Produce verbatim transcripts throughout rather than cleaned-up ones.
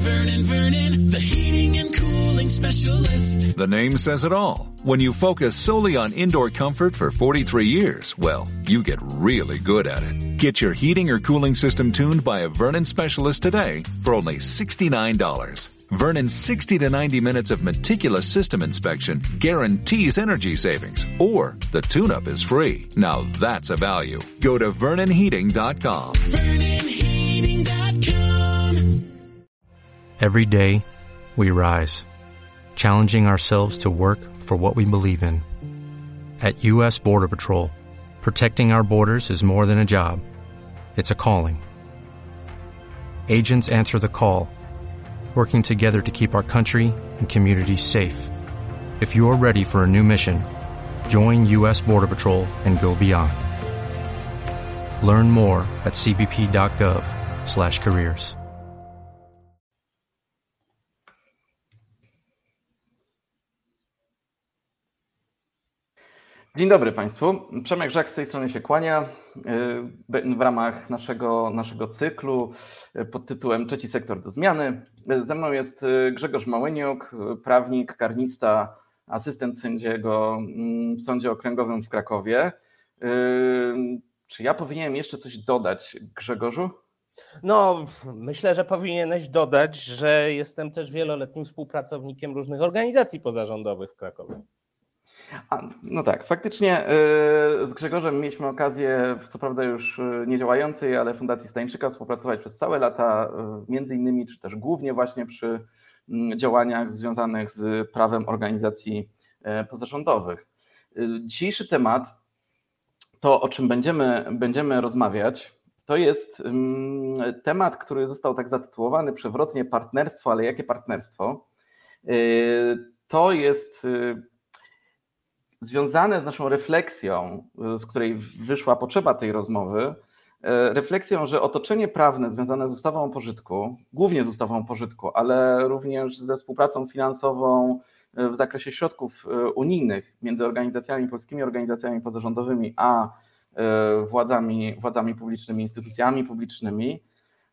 Vernon, Vernon, the heating and cooling specialist. The name says it all. When you focus solely on indoor comfort for forty-three years, well, you get really good at it. Get your heating or cooling system tuned by a Vernon specialist today for only sixty-nine dollars. Vernon's sixty to ninety minutes of meticulous system inspection guarantees energy savings, or the tune-up is free. Now that's a value. Go to vernon heating dot com. vernon heating dot com. Every day, we rise, challenging ourselves to work for what we believe in. At U S Border Patrol, protecting our borders is more than a job. It's a calling. Agents answer the call, working together to keep our country and communities safe. If you are ready for a new mission, join U S Border Patrol and go beyond. Learn more at c b p dot gov slash careers. Dzień dobry Państwu. Przemek Żak z tej strony się kłania w ramach naszego, naszego cyklu pod tytułem Trzeci sektor do zmiany. Ze mną jest Grzegorz Małyniuk, prawnik, karnista, asystent sędziego w Sądzie Okręgowym w Krakowie. Czy ja powinienem jeszcze coś dodać, Grzegorzu? No, myślę, że powinieneś dodać, że jestem też wieloletnim współpracownikiem różnych organizacji pozarządowych w Krakowie. A, no tak, faktycznie z Grzegorzem mieliśmy okazję, co prawda już nie działającej, ale Fundacji Stańczyka współpracować przez całe lata, między innymi, czy też głównie właśnie przy działaniach związanych z prawem organizacji pozarządowych. Dzisiejszy temat, to o czym będziemy, będziemy rozmawiać, to jest temat, który został tak zatytułowany przewrotnie partnerstwo, ale jakie partnerstwo? To jest związane z naszą refleksją, z której wyszła potrzeba tej rozmowy, refleksją, że otoczenie prawne związane z ustawą o pożytku, głównie z ustawą o pożytku, ale również ze współpracą finansową w zakresie środków unijnych między organizacjami, polskimi organizacjami pozarządowymi, a władzami, władzami publicznymi, instytucjami publicznymi,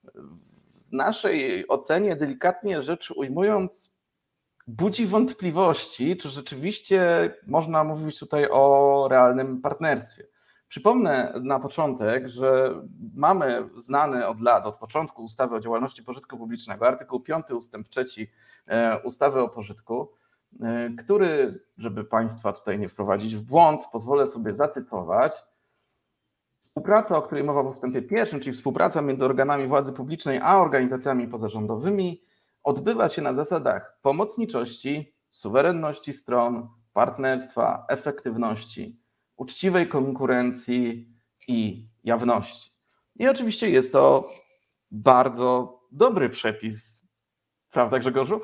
w naszej ocenie, delikatnie rzecz ujmując, budzi wątpliwości, czy rzeczywiście można mówić tutaj o realnym partnerstwie. Przypomnę na początek, że mamy znany od lat, od początku ustawy o działalności pożytku publicznego, artykuł piąty ustęp trzeci ustawy o pożytku, który, żeby Państwa tutaj nie wprowadzić w błąd, pozwolę sobie zacytować. Współpraca, o której mowa w ustępie pierwszym, czyli współpraca między organami władzy publicznej a organizacjami pozarządowymi, odbywa się na zasadach pomocniczości, suwerenności stron, partnerstwa, efektywności, uczciwej konkurencji i jawności. I oczywiście jest to bardzo dobry przepis, prawda Grzegorzu?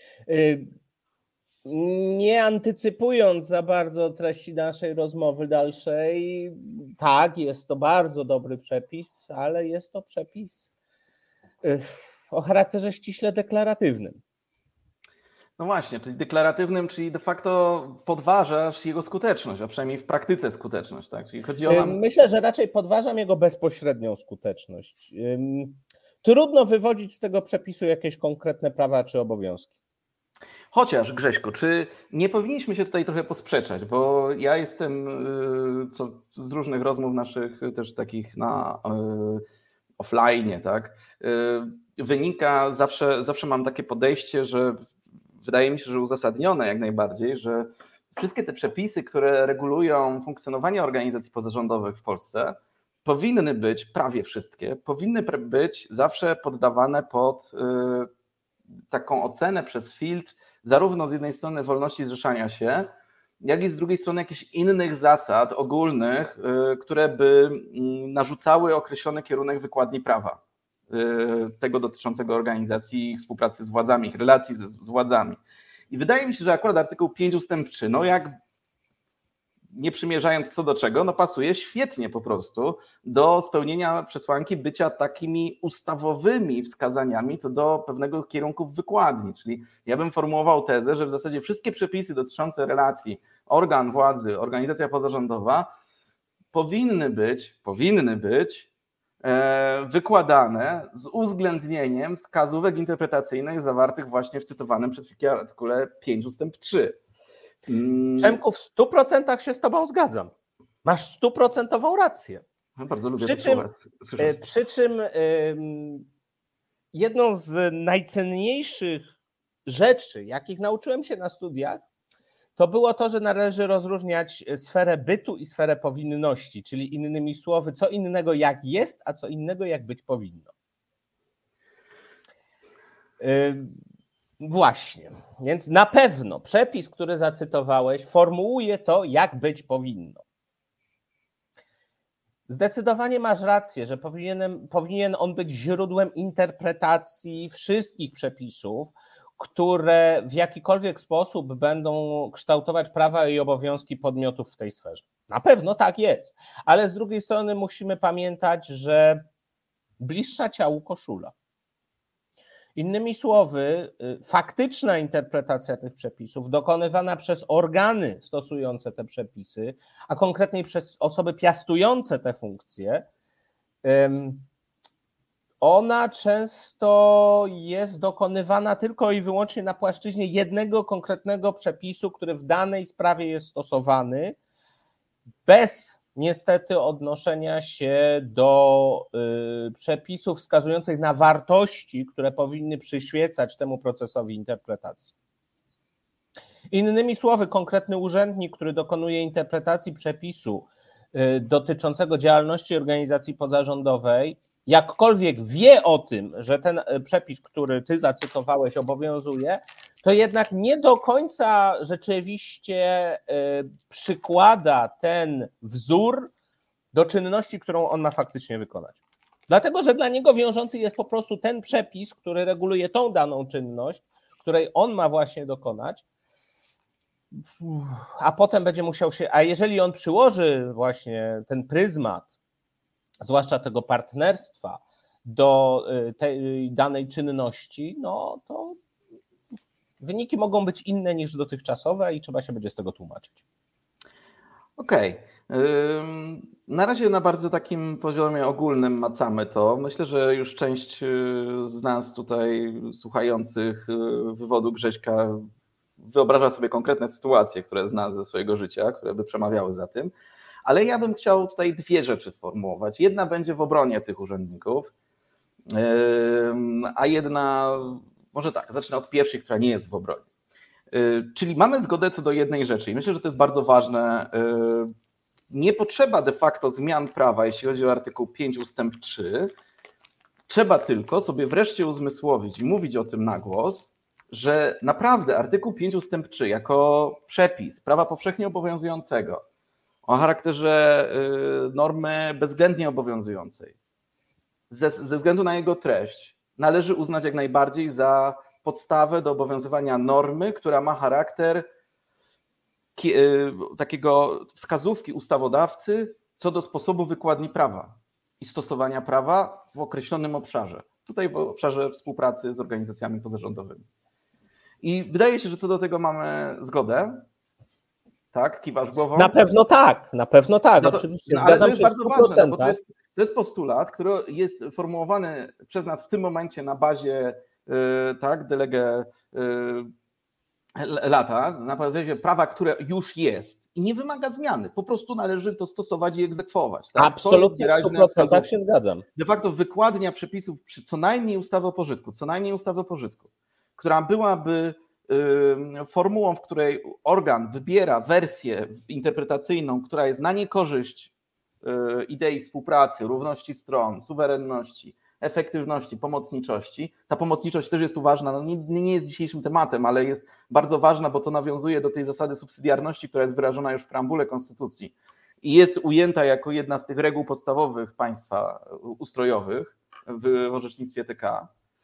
Nie antycypując za bardzo treści naszej rozmowy dalszej, tak, jest to bardzo dobry przepis, ale jest to przepis o charakterze ściśle deklaratywnym. No właśnie, czyli deklaratywnym, czyli de facto podważasz jego skuteczność, a przynajmniej w praktyce skuteczność, tak? Czyli chodzi o nam... Myślę, że raczej podważam jego bezpośrednią skuteczność. Trudno wywodzić z tego przepisu jakieś konkretne prawa czy obowiązki. Chociaż, Grześku, czy nie powinniśmy się tutaj trochę posprzeczać, bo ja jestem co, z różnych rozmów naszych też takich na offline, tak, wynika, zawsze, zawsze mam takie podejście, że wydaje mi się, że uzasadnione jak najbardziej, że wszystkie te przepisy, które regulują funkcjonowanie organizacji pozarządowych w Polsce, powinny być, prawie wszystkie, powinny być zawsze poddawane pod taką ocenę przez filtr zarówno z jednej strony wolności zrzeszania się, jak i z drugiej strony jakichś innych zasad ogólnych, które by narzucały określony kierunek wykładni prawa, tego dotyczącego organizacji, ich współpracy z władzami, ich relacji z, z władzami. I wydaje mi się, że akurat artykuł pięć ustęp trzy, no jak nie przymierzając co do czego, no pasuje świetnie po prostu do spełnienia przesłanki bycia takimi ustawowymi wskazaniami co do pewnego kierunku wykładni. Czyli ja bym formułował tezę, że w zasadzie wszystkie przepisy dotyczące relacji organ władzy, organizacja pozarządowa powinny być, powinny być wykładane z uwzględnieniem wskazówek interpretacyjnych zawartych właśnie w cytowanym przed chwilą artykule pięć ustęp trzy. Przemku, w stu procentach się z tobą zgadzam. Masz stuprocentową rację. No, bardzo lubię przy to czym, słyszeć. Przy czym jedną z najcenniejszych rzeczy, jakich nauczyłem się na studiach, to było to, że należy rozróżniać sferę bytu i sferę powinności, czyli innymi słowy, co innego jak jest, a co innego jak być powinno. Właśnie, więc na pewno przepis, który zacytowałeś, formułuje to, jak być powinno. Zdecydowanie masz rację, że powinien, powinien on być źródłem interpretacji wszystkich przepisów, które w jakikolwiek sposób będą kształtować prawa i obowiązki podmiotów w tej sferze. Na pewno tak jest, ale z drugiej strony musimy pamiętać, że bliższa ciału koszula. Innymi słowy, faktyczna interpretacja tych przepisów dokonywana przez organy stosujące te przepisy, a konkretniej przez osoby piastujące te funkcje, ona często jest dokonywana tylko i wyłącznie na płaszczyźnie jednego konkretnego przepisu, który w danej sprawie jest stosowany, bez niestety odnoszenia się do y, przepisów wskazujących na wartości, które powinny przyświecać temu procesowi interpretacji. Innymi słowy, konkretny urzędnik, który dokonuje interpretacji przepisu y, dotyczącego działalności organizacji pozarządowej, jakkolwiek wie o tym, że ten przepis, który ty zacytowałeś, obowiązuje, to jednak nie do końca rzeczywiście przykłada ten wzór do czynności, którą on ma faktycznie wykonać. Dlatego, że dla niego wiążący jest po prostu ten przepis, który reguluje tą daną czynność, której on ma właśnie dokonać, a potem będzie musiał się, a jeżeli on przyłoży właśnie ten pryzmat, zwłaszcza tego partnerstwa do tej danej czynności, no to wyniki mogą być inne niż dotychczasowe i trzeba się będzie z tego tłumaczyć. Okej. Okay. Na razie na bardzo takim poziomie ogólnym macamy to. Myślę, że już część z nas tutaj słuchających wywodu Grześka wyobraża sobie konkretne sytuacje, które zna ze swojego życia, które by przemawiały za tym. Ale ja bym chciał tutaj dwie rzeczy sformułować. Jedna będzie w obronie tych urzędników, a jedna, może tak, zacznę od pierwszej, która nie jest w obronie. Czyli mamy zgodę co do jednej rzeczy i myślę, że to jest bardzo ważne. Nie potrzeba de facto zmian prawa, jeśli chodzi o artykuł pięć ustęp trzy. Trzeba tylko sobie wreszcie uzmysłowić i mówić o tym na głos, że naprawdę artykuł pięć ustęp trzy jako przepis prawa powszechnie obowiązującego o charakterze normy bezwzględnie obowiązującej, ze, ze względu na jego treść, należy uznać jak najbardziej za podstawę do obowiązywania normy, która ma charakter takiego wskazówki ustawodawcy co do sposobu wykładni prawa i stosowania prawa w określonym obszarze. Tutaj w obszarze współpracy z organizacjami pozarządowymi. I wydaje się, że co do tego mamy zgodę. Tak, kiwasz głową? Na pewno tak, na pewno tak, no to, oczywiście, no, zgadzam to się jest w bardzo stu ważne, procentach. no, bo to, jest, to jest postulat, który jest formułowany przez nas w tym momencie na bazie yy, tak, delege yy, lata, na bazie prawa, które już jest i nie wymaga zmiany, po prostu należy to stosować i egzekwować. Tak? Absolutnie w stu procentach się zgadzam. De facto wykładnia przepisów przy co najmniej ustawy o pożytku, co najmniej ustawy o pożytku, która byłaby formułą, w której organ wybiera wersję interpretacyjną, która jest na niekorzyść idei współpracy, równości stron, suwerenności, efektywności, pomocniczości. Ta pomocniczość też jest tu ważna, no nie, nie jest dzisiejszym tematem, ale jest bardzo ważna, bo to nawiązuje do tej zasady subsydiarności, która jest wyrażona już w preambule Konstytucji i jest ujęta jako jedna z tych reguł podstawowych państwa ustrojowych w orzecznictwie T K.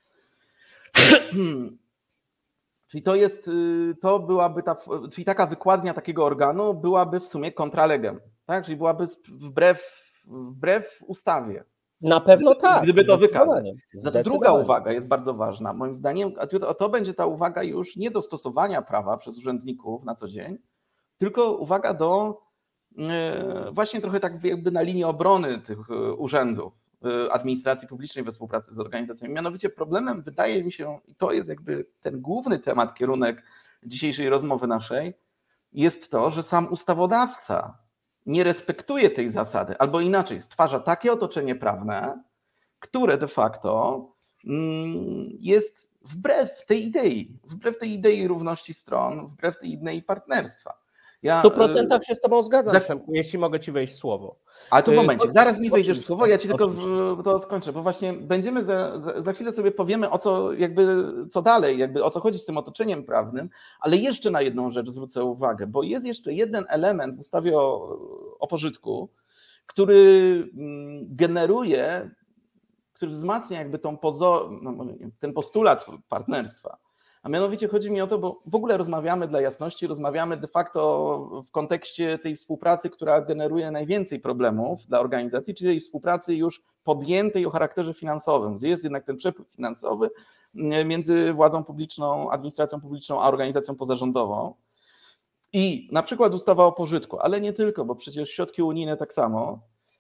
Czyli to jest, to byłaby ta, czyli taka wykładnia takiego organu byłaby w sumie contra legem, tak? Czyli byłaby wbrew, wbrew ustawie. Na pewno tak. Gdyby to wykazać. Druga uwaga jest bardzo ważna. Moim zdaniem to, to będzie ta uwaga już nie do stosowania prawa przez urzędników na co dzień, tylko uwaga do właśnie trochę tak jakby na linii obrony tych urzędów administracji publicznej we współpracy z organizacjami. Mianowicie problemem wydaje mi się, i to jest jakby ten główny temat, kierunek dzisiejszej rozmowy naszej, jest to, że sam ustawodawca nie respektuje tej zasady, albo inaczej, stwarza takie otoczenie prawne, które de facto jest wbrew tej idei, wbrew tej idei równości stron, wbrew tej idei partnerstwa. Ja, w stu procentach się z tobą zgadzam, za... Przemku, jeśli mogę ci wejść w słowo. Ale tu momencik, zaraz mi wejdziesz w słowo, ja ci tylko w, to skończę, bo właśnie będziemy za, za, za chwilę sobie powiemy o co, jakby, co dalej, jakby o co chodzi z tym otoczeniem prawnym, ale jeszcze na jedną rzecz zwrócę uwagę, bo jest jeszcze jeden element w ustawie o, o pożytku, który generuje, który wzmacnia jakby tą pozo, no, ten postulat partnerstwa. A mianowicie chodzi mi o to, bo w ogóle rozmawiamy dla jasności, rozmawiamy de facto w kontekście tej współpracy, która generuje najwięcej problemów dla organizacji, czyli tej współpracy już podjętej o charakterze finansowym, gdzie jest jednak ten przepływ finansowy między władzą publiczną, administracją publiczną, a organizacją pozarządową. I na przykład ustawa o pożytku, ale nie tylko, bo przecież środki unijne tak samo.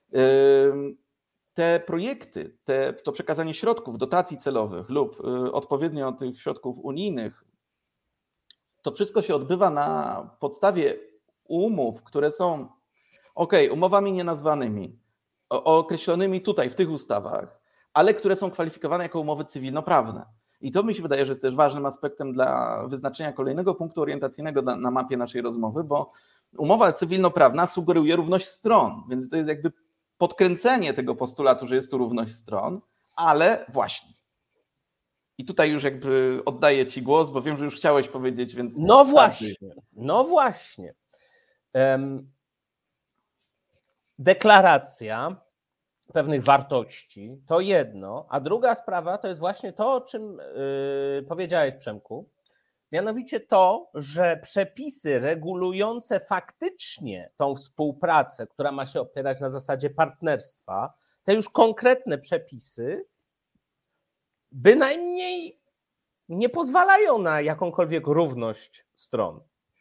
Te projekty, te, to przekazanie środków, dotacji celowych lub odpowiednio tych środków unijnych, to wszystko się odbywa na podstawie umów, które są, ok, umowami nienazwanymi, określonymi tutaj w tych ustawach, ale które są kwalifikowane jako umowy cywilnoprawne. I to mi się wydaje, że jest też ważnym aspektem dla wyznaczenia kolejnego punktu orientacyjnego na, na mapie naszej rozmowy, bo umowa cywilnoprawna sugeruje równość stron, więc to jest jakby podkręcenie tego postulatu, że jest tu równość stron, ale właśnie. I tutaj już jakby oddaję ci głos, bo wiem, że już chciałeś powiedzieć, więc... No właśnie, no właśnie. Um, deklaracja pewnych wartości to jedno, a druga sprawa to jest właśnie to, o czym yy, powiedziałeś, Przemku, mianowicie to, że przepisy regulujące faktycznie tą współpracę, która ma się opierać na zasadzie partnerstwa, te już konkretne przepisy bynajmniej nie pozwalają na jakąkolwiek równość stron.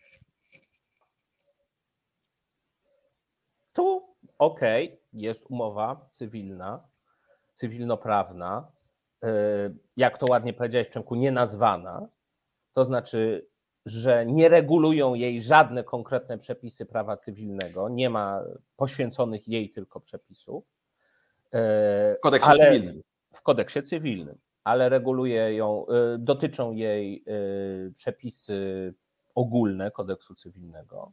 Tu okej, okay, jest umowa cywilna, cywilnoprawna, jak to ładnie powiedziałeś, Przemku, nienazwana. To znaczy, że nie regulują jej żadne konkretne przepisy prawa cywilnego, nie ma poświęconych jej tylko przepisów. W kodeksie ale, cywilnym. W kodeksie cywilnym, ale reguluje ją, dotyczą jej przepisy ogólne kodeksu cywilnego.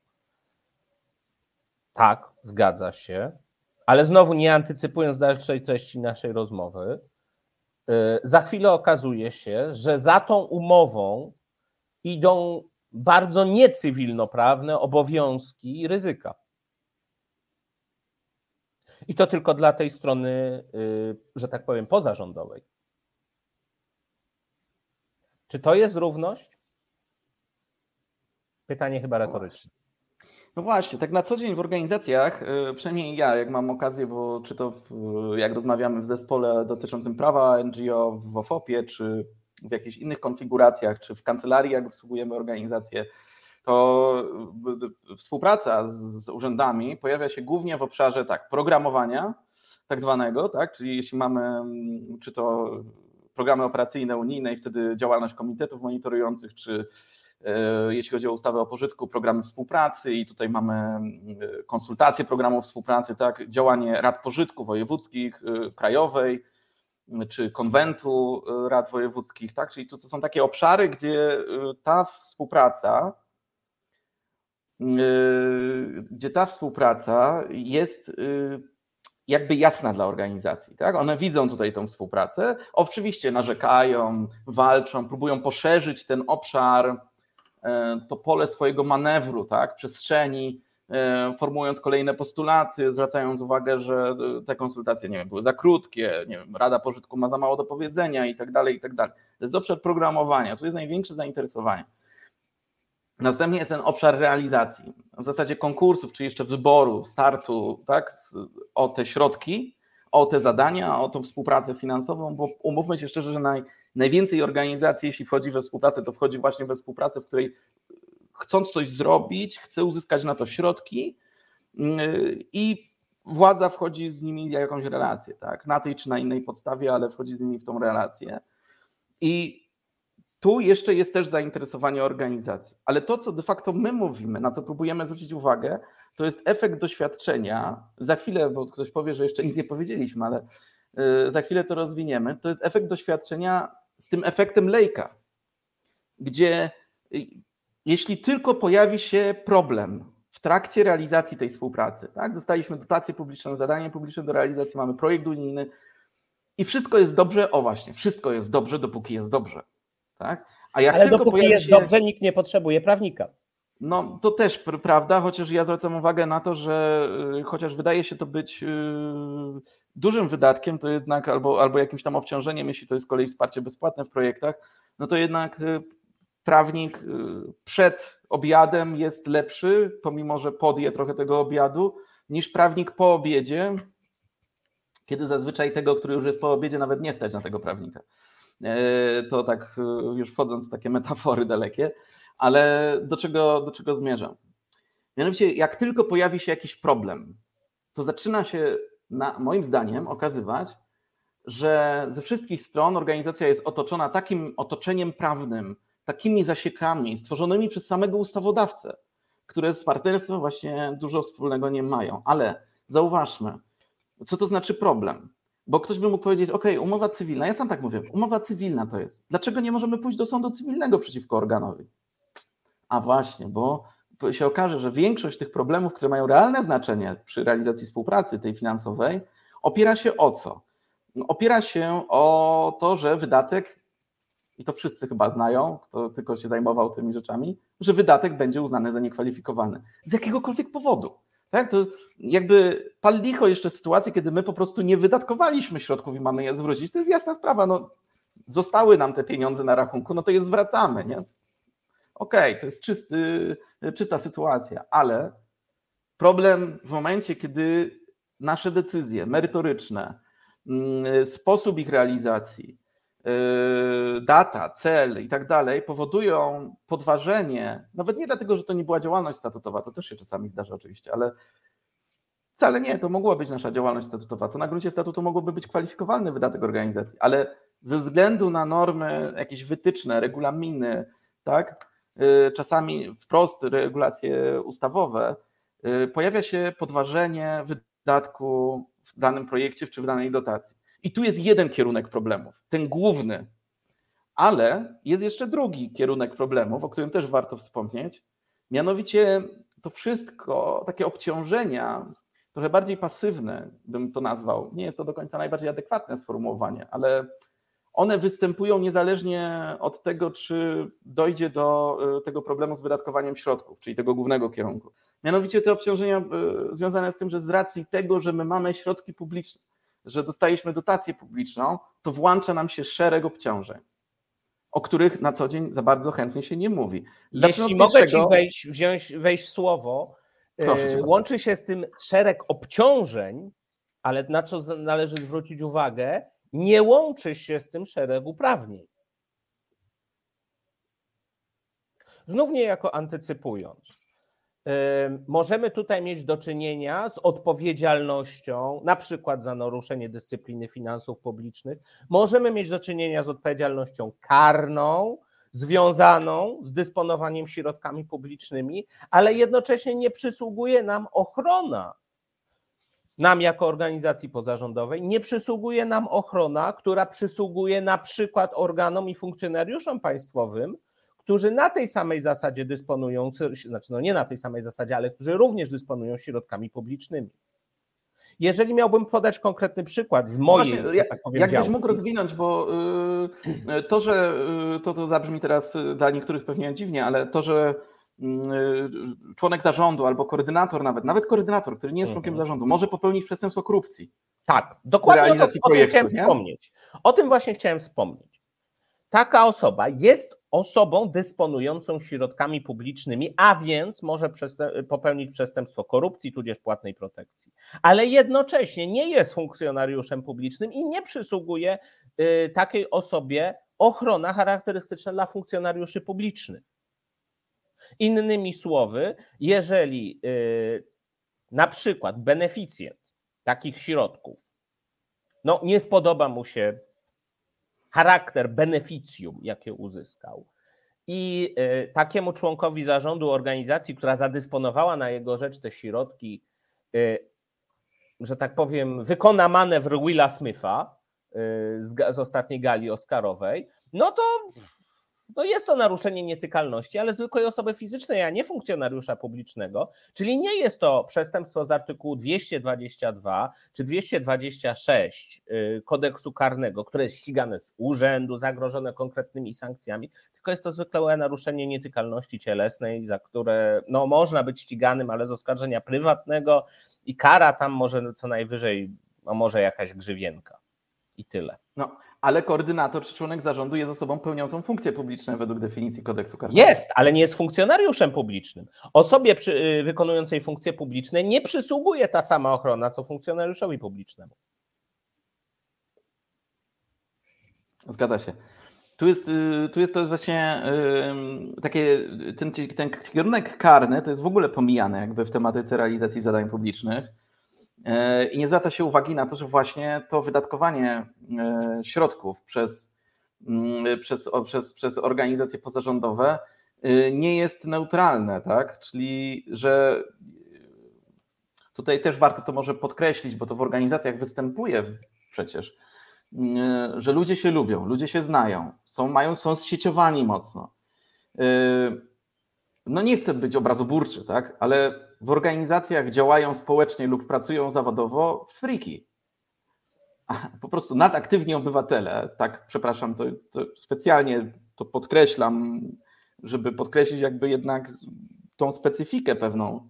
Tak, zgadza się, ale znowu nie antycypując dalszej treści naszej rozmowy, za chwilę okazuje się, że za tą umową idą bardzo niecywilnoprawne obowiązki i ryzyka. I to tylko dla tej strony, że tak powiem, pozarządowej. Czy to jest równość? Pytanie chyba retoryczne. No właśnie, tak na co dzień w organizacjach, przynajmniej ja, jak mam okazję, bo czy to w, jak rozmawiamy w zespole dotyczącym prawa N G O w O F O P-ie, czy w jakichś innych konfiguracjach, czy w kancelarii, jak obsługujemy organizacje, to współpraca z urzędami pojawia się głównie w obszarze tak, programowania tak zwanego, tak, czyli jeśli mamy czy to programy operacyjne unijne i wtedy działalność komitetów monitorujących, czy jeśli chodzi o ustawę o pożytku, programy współpracy i tutaj mamy konsultacje programów współpracy, tak, działanie rad pożytku wojewódzkich, krajowej, czy konwentu rad wojewódzkich, tak, czyli to, to są takie obszary, gdzie ta współpraca, gdzie ta współpraca jest jakby jasna dla organizacji, tak? One widzą tutaj tą współpracę, oczywiście narzekają, walczą, próbują poszerzyć ten obszar, to pole swojego manewru, tak, przestrzeni, formułując kolejne postulaty, zwracając uwagę, że te konsultacje, nie wiem, były za krótkie, nie wiem, Rada Pożytku ma za mało do powiedzenia i tak dalej, i tak dalej. To jest obszar programowania, tu jest największe zainteresowanie. Następnie jest ten obszar realizacji, w zasadzie konkursów, czy jeszcze wyboru, startu, tak, o te środki, o te zadania, o tą współpracę finansową, bo umówmy się szczerze, że naj, najwięcej organizacji, jeśli wchodzi we współpracę, to wchodzi właśnie we współpracę, w której chcąc coś zrobić, chce uzyskać na to środki i władza wchodzi z nimi w jakąś relację, tak? Na tej czy na innej podstawie, ale wchodzi z nimi w tą relację. I tu jeszcze jest też zainteresowanie organizacji. Ale to, co de facto my mówimy, na co próbujemy zwrócić uwagę, to jest efekt doświadczenia. Za chwilę, bo ktoś powie, że jeszcze nic nie powiedzieliśmy, ale za chwilę to rozwiniemy. To jest efekt doświadczenia z tym efektem Lake'a, gdzie jeśli tylko pojawi się problem w trakcie realizacji tej współpracy, tak? Dostaliśmy dotację publiczną, zadanie publiczne do realizacji, mamy projekt unijny i wszystko jest dobrze, o właśnie, wszystko jest dobrze, dopóki jest dobrze. Tak? A jak Ale tylko dopóki pojawi jest się... dobrze, nikt nie potrzebuje prawnika. No to też prawda, chociaż ja zwracam uwagę na to, że chociaż wydaje się to być dużym wydatkiem, to jednak albo, albo jakimś tam obciążeniem, jeśli to jest z kolei wsparcie bezpłatne w projektach, no to jednak prawnik przed obiadem jest lepszy, pomimo że podje trochę tego obiadu, niż prawnik po obiedzie, kiedy zazwyczaj tego, który już jest po obiedzie, nawet nie stać na tego prawnika. To tak już wchodząc w takie metafory dalekie, ale do czego, do czego zmierzam? Mianowicie, jak tylko pojawi się jakiś problem, to zaczyna się, na, moim zdaniem, okazywać, że ze wszystkich stron organizacja jest otoczona takim otoczeniem prawnym, takimi zasiekami stworzonymi przez samego ustawodawcę, które z partnerstwem właśnie dużo wspólnego nie mają. Ale zauważmy, co to znaczy problem? Bo ktoś by mógł powiedzieć, ok, umowa cywilna, ja sam tak mówię, umowa cywilna to jest. Dlaczego nie możemy pójść do sądu cywilnego przeciwko organowi? A właśnie, bo się okaże, że większość tych problemów, które mają realne znaczenie przy realizacji współpracy tej finansowej, opiera się o co? Opiera się o to, że wydatek, i to wszyscy chyba znają, kto tylko się zajmował tymi rzeczami, że wydatek będzie uznany za niekwalifikowany. Z jakiegokolwiek powodu. Tak? To jakby pal licho jeszcze sytuacji, kiedy my po prostu nie wydatkowaliśmy środków i mamy je zwrócić. To jest jasna sprawa. No, zostały nam te pieniądze na rachunku, no to je zwracamy. Nie? Okej, okay, to jest czysty, czysta sytuacja, ale problem w momencie, kiedy nasze decyzje merytoryczne, sposób ich realizacji, data, cel i tak dalej powodują podważenie, nawet nie dlatego, że to nie była działalność statutowa, to też się czasami zdarza oczywiście, ale wcale nie, to mogła być nasza działalność statutowa, to na gruncie statutu mogłoby być kwalifikowalny wydatek organizacji, ale ze względu na normy jakieś wytyczne, regulaminy, tak, czasami wprost regulacje ustawowe, pojawia się podważenie wydatku w danym projekcie czy w danej dotacji. I tu jest jeden kierunek problemów, ten główny, ale jest jeszcze drugi kierunek problemów, o którym też warto wspomnieć, mianowicie to wszystko, takie obciążenia, trochę bardziej pasywne bym to nazwał, nie jest to do końca najbardziej adekwatne sformułowanie, ale one występują niezależnie od tego, czy dojdzie do tego problemu z wydatkowaniem środków, czyli tego głównego kierunku. Mianowicie te obciążenia związane z tym, że z racji tego, że my mamy środki publiczne, że dostaliśmy dotację publiczną, to włącza nam się szereg obciążeń, o których na co dzień za bardzo chętnie się nie mówi. Zacznę Jeśli mogę pierwszego... Ci wejść, wziąć, wejść słowo, Proszę, łączy się z tym szereg obciążeń, ale na co należy zwrócić uwagę, nie łączy się z tym szereg uprawnień. Znów niejako antycypując, możemy tutaj mieć do czynienia z odpowiedzialnością, na przykład za naruszenie dyscypliny finansów publicznych, możemy mieć do czynienia z odpowiedzialnością karną, związaną z dysponowaniem środkami publicznymi, ale jednocześnie nie przysługuje nam ochrona, nam jako organizacji pozarządowej, nie przysługuje nam ochrona, która przysługuje na przykład organom i funkcjonariuszom państwowym, którzy na tej samej zasadzie dysponują, znaczy no nie na tej samej zasadzie, ale którzy również dysponują środkami publicznymi. Jeżeli miałbym podać konkretny przykład z mojej, Właśnie, ja, tak powiem, jakbyś działki. mógł rozwinąć, bo y, to, że y, to, to zabrzmi teraz dla niektórych pewnie dziwnie, ale to, że y, członek zarządu albo koordynator nawet, nawet koordynator, który nie jest członkiem mhm. zarządu, może popełnić przestępstwo korupcji. Tak, dokładnie o, to, o projektu, tym chciałem nie? wspomnieć. O tym właśnie chciałem wspomnieć. Taka osoba jest osobą dysponującą środkami publicznymi, a więc może popełnić przestępstwo korupcji, tudzież płatnej protekcji. Ale jednocześnie nie jest funkcjonariuszem publicznym i nie przysługuje y, takiej osobie ochrona charakterystyczna dla funkcjonariuszy publicznych. Innymi słowy, jeżeli y, na przykład beneficjent takich środków, no nie spodoba mu się charakter, beneficjum, jakie uzyskał. I takiemu członkowi zarządu organizacji, która zadysponowała na jego rzecz te środki, że tak powiem, wykona manewr Willa Smitha z, z ostatniej gali oscarowej, no to no jest to naruszenie nietykalności, ale zwykłej osoby fizycznej, a nie funkcjonariusza publicznego, czyli nie jest to przestępstwo z artykułu dwieście dwadzieścia dwa czy dwieście dwadzieścia sześć kodeksu karnego, które jest ścigane z urzędu, zagrożone konkretnymi sankcjami, tylko jest to zwykłe naruszenie nietykalności cielesnej, za które no, można być ściganym, ale z oskarżenia prywatnego i kara tam może co najwyżej, no może jakaś grzywienka i tyle. No, ale koordynator czy członek zarządu jest osobą pełniącą funkcje publiczne według definicji kodeksu karnego. Jest, ale nie jest funkcjonariuszem publicznym. Osobie przy, wykonującej funkcje publiczne nie przysługuje ta sama ochrona, co funkcjonariuszowi publicznemu. Zgadza się. Tu jest, tu jest to właśnie takie, ten, ten kierunek karny to jest w ogóle pomijany jakby w tematyce realizacji zadań publicznych. I nie zwraca się uwagi na to, że właśnie to wydatkowanie środków przez, przez, przez, przez organizacje pozarządowe nie jest neutralne, tak? Czyli że tutaj też warto to może podkreślić, bo to w organizacjach występuje przecież, że ludzie się lubią, ludzie się znają, są, mają, są zsieciowani mocno. No nie chcę być obrazoburczy, tak? Ale w organizacjach działają społecznie lub pracują zawodowo friki. Po prostu nadaktywni obywatele, tak, przepraszam, to, to specjalnie to podkreślam, żeby podkreślić jakby jednak tą specyfikę pewną,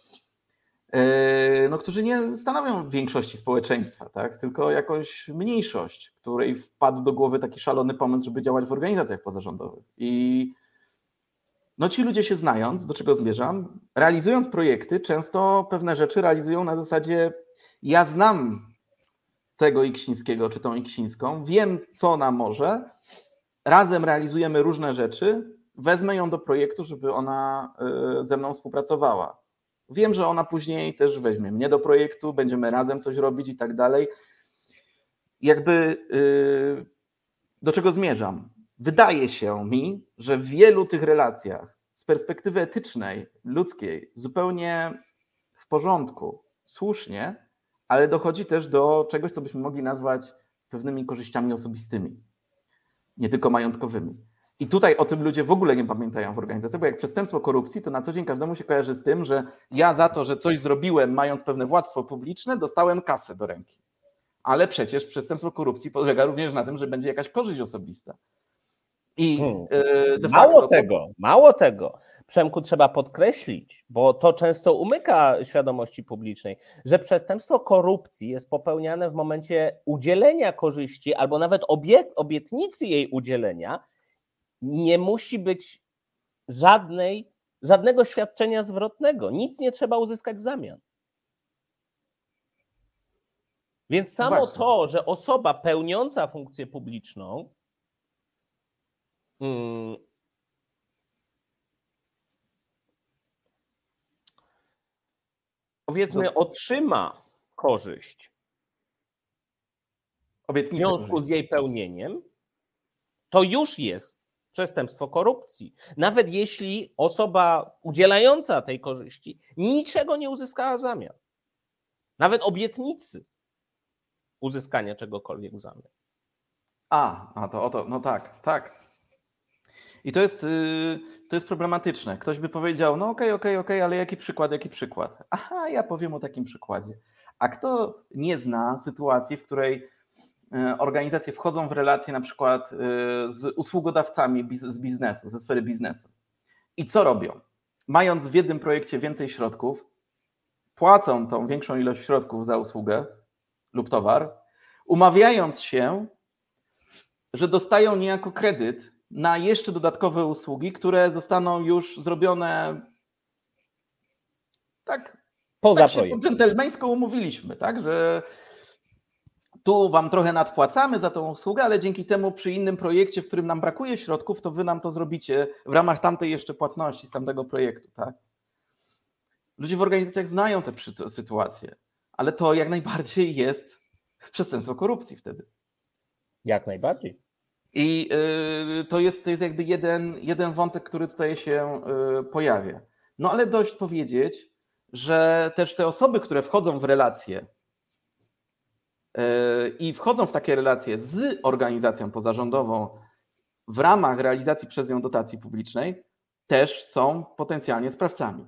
no, którzy nie stanowią większości społeczeństwa, tak, tylko jakąś mniejszość, której wpadł do głowy taki szalony pomysł, żeby działać w organizacjach pozarządowych. I no ci ludzie się znając, do czego zmierzam, realizując projekty, często pewne rzeczy realizują na zasadzie ja znam tego Iksińskiego czy tą Iksińską, wiem co ona może, razem realizujemy różne rzeczy, wezmę ją do projektu, żeby ona ze mną współpracowała. Wiem, że ona później też weźmie mnie do projektu, będziemy razem coś robić i tak dalej. Jakby do czego zmierzam? Wydaje się mi, że w wielu tych relacjach z perspektywy etycznej, ludzkiej, zupełnie w porządku, słusznie, ale dochodzi też do czegoś, co byśmy mogli nazwać pewnymi korzyściami osobistymi, nie tylko majątkowymi. I tutaj o tym ludzie w ogóle nie pamiętają w organizacji, bo jak przestępstwo korupcji, to na co dzień każdemu się kojarzy z tym, że ja za to, że coś zrobiłem, mając pewne władztwo publiczne, dostałem kasę do ręki. Ale przecież przestępstwo korupcji polega również na tym, że będzie jakaś korzyść osobista. I hmm. Mało tego, mało tego. Przemku, trzeba podkreślić, bo to często umyka świadomości publicznej, że przestępstwo korupcji jest popełniane w momencie udzielenia korzyści albo nawet obiet, obietnicy jej udzielenia. Nie musi być żadnej, żadnego świadczenia zwrotnego. Nic nie trzeba uzyskać w zamian. Więc samo Właśnie. to, że osoba pełniąca funkcję publiczną hmm, powiedzmy otrzyma korzyść w związku z jej pełnieniem, to już jest przestępstwo korupcji. Nawet jeśli osoba udzielająca tej korzyści niczego nie uzyskała w zamian. Nawet obietnicy uzyskania czegokolwiek w zamian. A, a to oto, no tak, tak. I to jest, to jest problematyczne. Ktoś by powiedział, no okej, okej, okej, ale jaki przykład, jaki przykład? Aha, ja powiem o takim przykładzie. A kto nie zna sytuacji, w której organizacje wchodzą w relacje na przykład z usługodawcami z biznesu, ze sfery biznesu. I co robią? Mając w jednym projekcie więcej środków, płacą tą większą ilość środków za usługę lub towar, umawiając się, że dostają niejako kredyt na jeszcze dodatkowe usługi, które zostaną już zrobione tak, poza tak się projektem. po dżentelmeńsko umówiliśmy, tak, że tu wam trochę nadpłacamy za tą usługę, ale dzięki temu przy innym projekcie, w którym nam brakuje środków, to wy nam to zrobicie w ramach tamtej jeszcze płatności z tamtego projektu, tak? Ludzie w organizacjach znają te sytuacje, ale to jak najbardziej jest przestępstwo korupcji wtedy. Jak najbardziej. I to jest, to jest jakby jeden, jeden wątek, który tutaj się pojawia. No ale dość powiedzieć, że też te osoby, które wchodzą w relacje i wchodzą w takie relacje z organizacją pozarządową w ramach realizacji przez nią dotacji publicznej, też są potencjalnie sprawcami.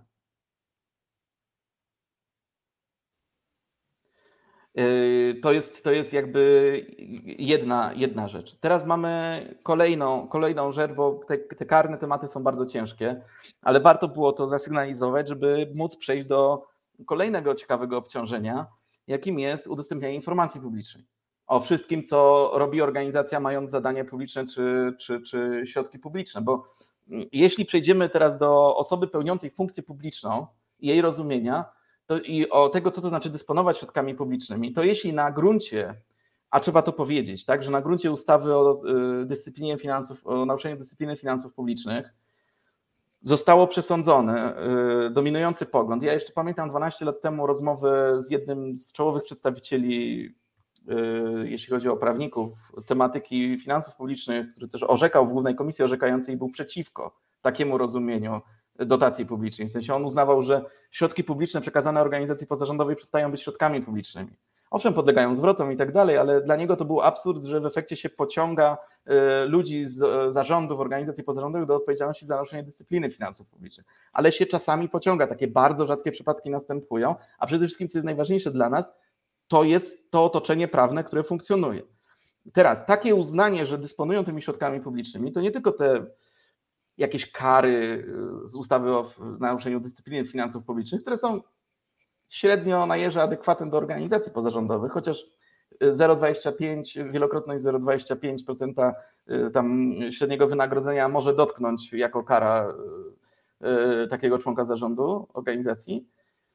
To jest, to jest jakby jedna, jedna rzecz. Teraz mamy kolejną, kolejną rzecz, bo te, te karne tematy są bardzo ciężkie, ale warto było to zasygnalizować, żeby móc przejść do kolejnego ciekawego obciążenia, jakim jest udostępnianie informacji publicznej o wszystkim, co robi organizacja, mając zadanie publiczne czy, czy, czy środki publiczne. Bo jeśli przejdziemy teraz do osoby pełniącej funkcję publiczną i jej rozumienia, to i o tego, co to znaczy dysponować środkami publicznymi, to jeśli na gruncie, a trzeba to powiedzieć, tak, że na gruncie ustawy o dyscyplinie finansów, o naruszeniu dyscypliny finansów publicznych zostało przesądzone dominujący pogląd. Ja jeszcze pamiętam dwanaście lat temu rozmowę z jednym z czołowych przedstawicieli, jeśli chodzi o prawników, tematyki finansów publicznych, który też orzekał w Głównej Komisji Orzekającej i był przeciwko takiemu rozumieniu dotacji publicznej. W sensie on uznawał, że środki publiczne przekazane organizacji pozarządowej przestają być środkami publicznymi. Owszem, podlegają zwrotom i tak dalej, ale dla niego to był absurd, że w efekcie się pociąga ludzi z zarządów organizacji pozarządowych do odpowiedzialności za naruszenie dyscypliny finansów publicznych. Ale się czasami pociąga, takie bardzo rzadkie przypadki następują, a przede wszystkim, co jest najważniejsze dla nas, to jest to otoczenie prawne, które funkcjonuje. Teraz takie uznanie, że dysponują tymi środkami publicznymi, to nie tylko te jakieś kary z ustawy o naruszeniu dyscypliny finansów publicznych, które są średnio na jeże adekwatne do organizacji pozarządowych, chociaż zero przecinek dwadzieścia pięć, wielokrotność zero przecinek dwadzieścia pięć procent tam średniego wynagrodzenia może dotknąć jako kara takiego członka zarządu organizacji,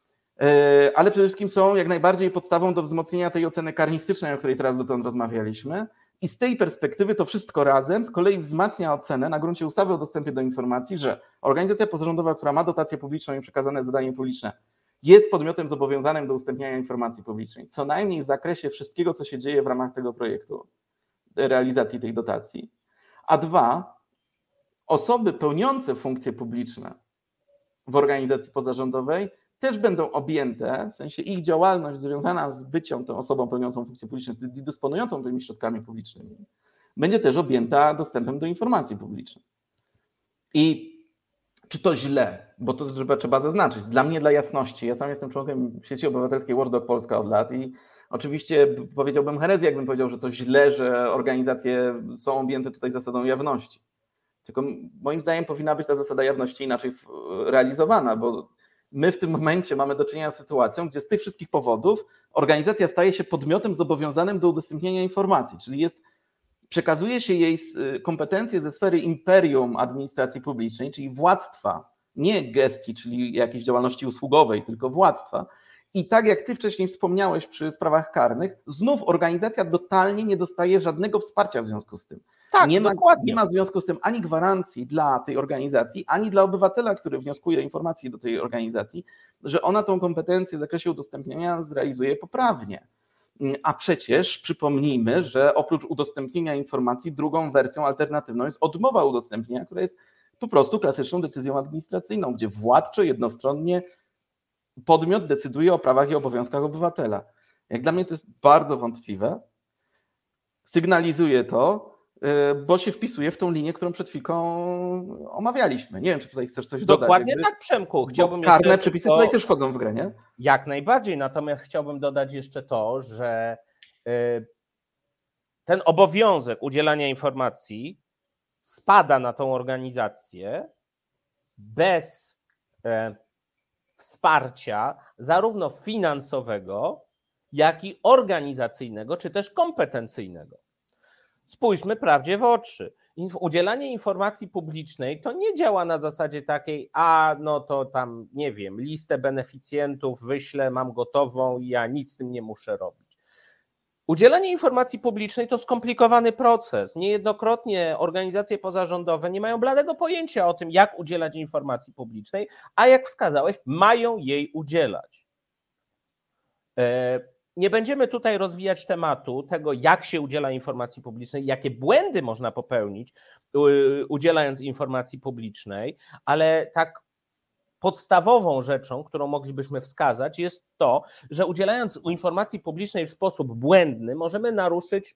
ale przede wszystkim są jak najbardziej podstawą do wzmocnienia tej oceny karnistycznej, o której teraz dotąd rozmawialiśmy. I z tej perspektywy to wszystko razem z kolei wzmacnia ocenę na gruncie ustawy o dostępie do informacji, że organizacja pozarządowa, która ma dotację publiczną i przekazane zadanie publiczne, jest podmiotem zobowiązanym do udostępniania informacji publicznej, co najmniej w zakresie wszystkiego, co się dzieje w ramach tego projektu, realizacji tej dotacji. A dwa, osoby pełniące funkcje publiczne w organizacji pozarządowej też będą objęte, w sensie ich działalność związana z byciem tą osobą pełniącą funkcję publiczną, dysponującą tymi środkami publicznymi, będzie też objęta dostępem do informacji publicznej. I czy to źle? Bo to trzeba, trzeba zaznaczyć. Dla mnie, dla jasności, ja sam jestem członkiem sieci obywatelskiej Watchdog Polska od lat i oczywiście powiedziałbym herezję, jakbym powiedział, że to źle, że organizacje są objęte tutaj zasadą jawności. Tylko moim zdaniem powinna być ta zasada jawności inaczej realizowana, bo my w tym momencie mamy do czynienia z sytuacją, gdzie z tych wszystkich powodów organizacja staje się podmiotem zobowiązanym do udostępnienia informacji, czyli jest, przekazuje się jej kompetencje ze sfery imperium administracji publicznej, czyli władztwa, nie gestii, czyli jakiejś działalności usługowej, tylko władztwa. I tak jak ty wcześniej wspomniałeś przy sprawach karnych, znów organizacja totalnie nie dostaje żadnego wsparcia w związku z tym. Tak, nie ma, dokładnie. nie ma w związku z tym ani gwarancji dla tej organizacji, ani dla obywatela, który wnioskuje informacji do tej organizacji, że ona tą kompetencję w zakresie udostępniania zrealizuje poprawnie. A przecież przypomnijmy, że oprócz udostępnienia informacji drugą wersją alternatywną jest odmowa udostępnienia, która jest po prostu klasyczną decyzją administracyjną, gdzie władczo, jednostronnie podmiot decyduje o prawach i obowiązkach obywatela. Jak dla mnie to jest bardzo wątpliwe. Sygnalizuję to, bo się wpisuje w tą linię, którą przed chwilką omawialiśmy. Nie wiem, czy tutaj chcesz coś Dokładnie dodać. Dokładnie tak, Przemku. Chciałbym karne jeszcze przepisy to... tutaj też wchodzą w grę, nie? Jak najbardziej, natomiast chciałbym dodać jeszcze to, że ten obowiązek udzielania informacji spada na tą organizację bez wsparcia zarówno finansowego, jak i organizacyjnego, czy też kompetencyjnego. Spójrzmy prawdzie w oczy. Udzielanie informacji publicznej to nie działa na zasadzie takiej, a no to tam, nie wiem, listę beneficjentów wyślę, mam gotową i ja nic z tym nie muszę robić. Udzielanie informacji publicznej to skomplikowany proces. Niejednokrotnie organizacje pozarządowe nie mają bladego pojęcia o tym, jak udzielać informacji publicznej, a jak wskazałeś, mają jej udzielać. Nie będziemy tutaj rozwijać tematu tego, jak się udziela informacji publicznej, jakie błędy można popełnić, udzielając informacji publicznej, ale tak podstawową rzeczą, którą moglibyśmy wskazać, jest to, że udzielając informacji publicznej w sposób błędny, możemy naruszyć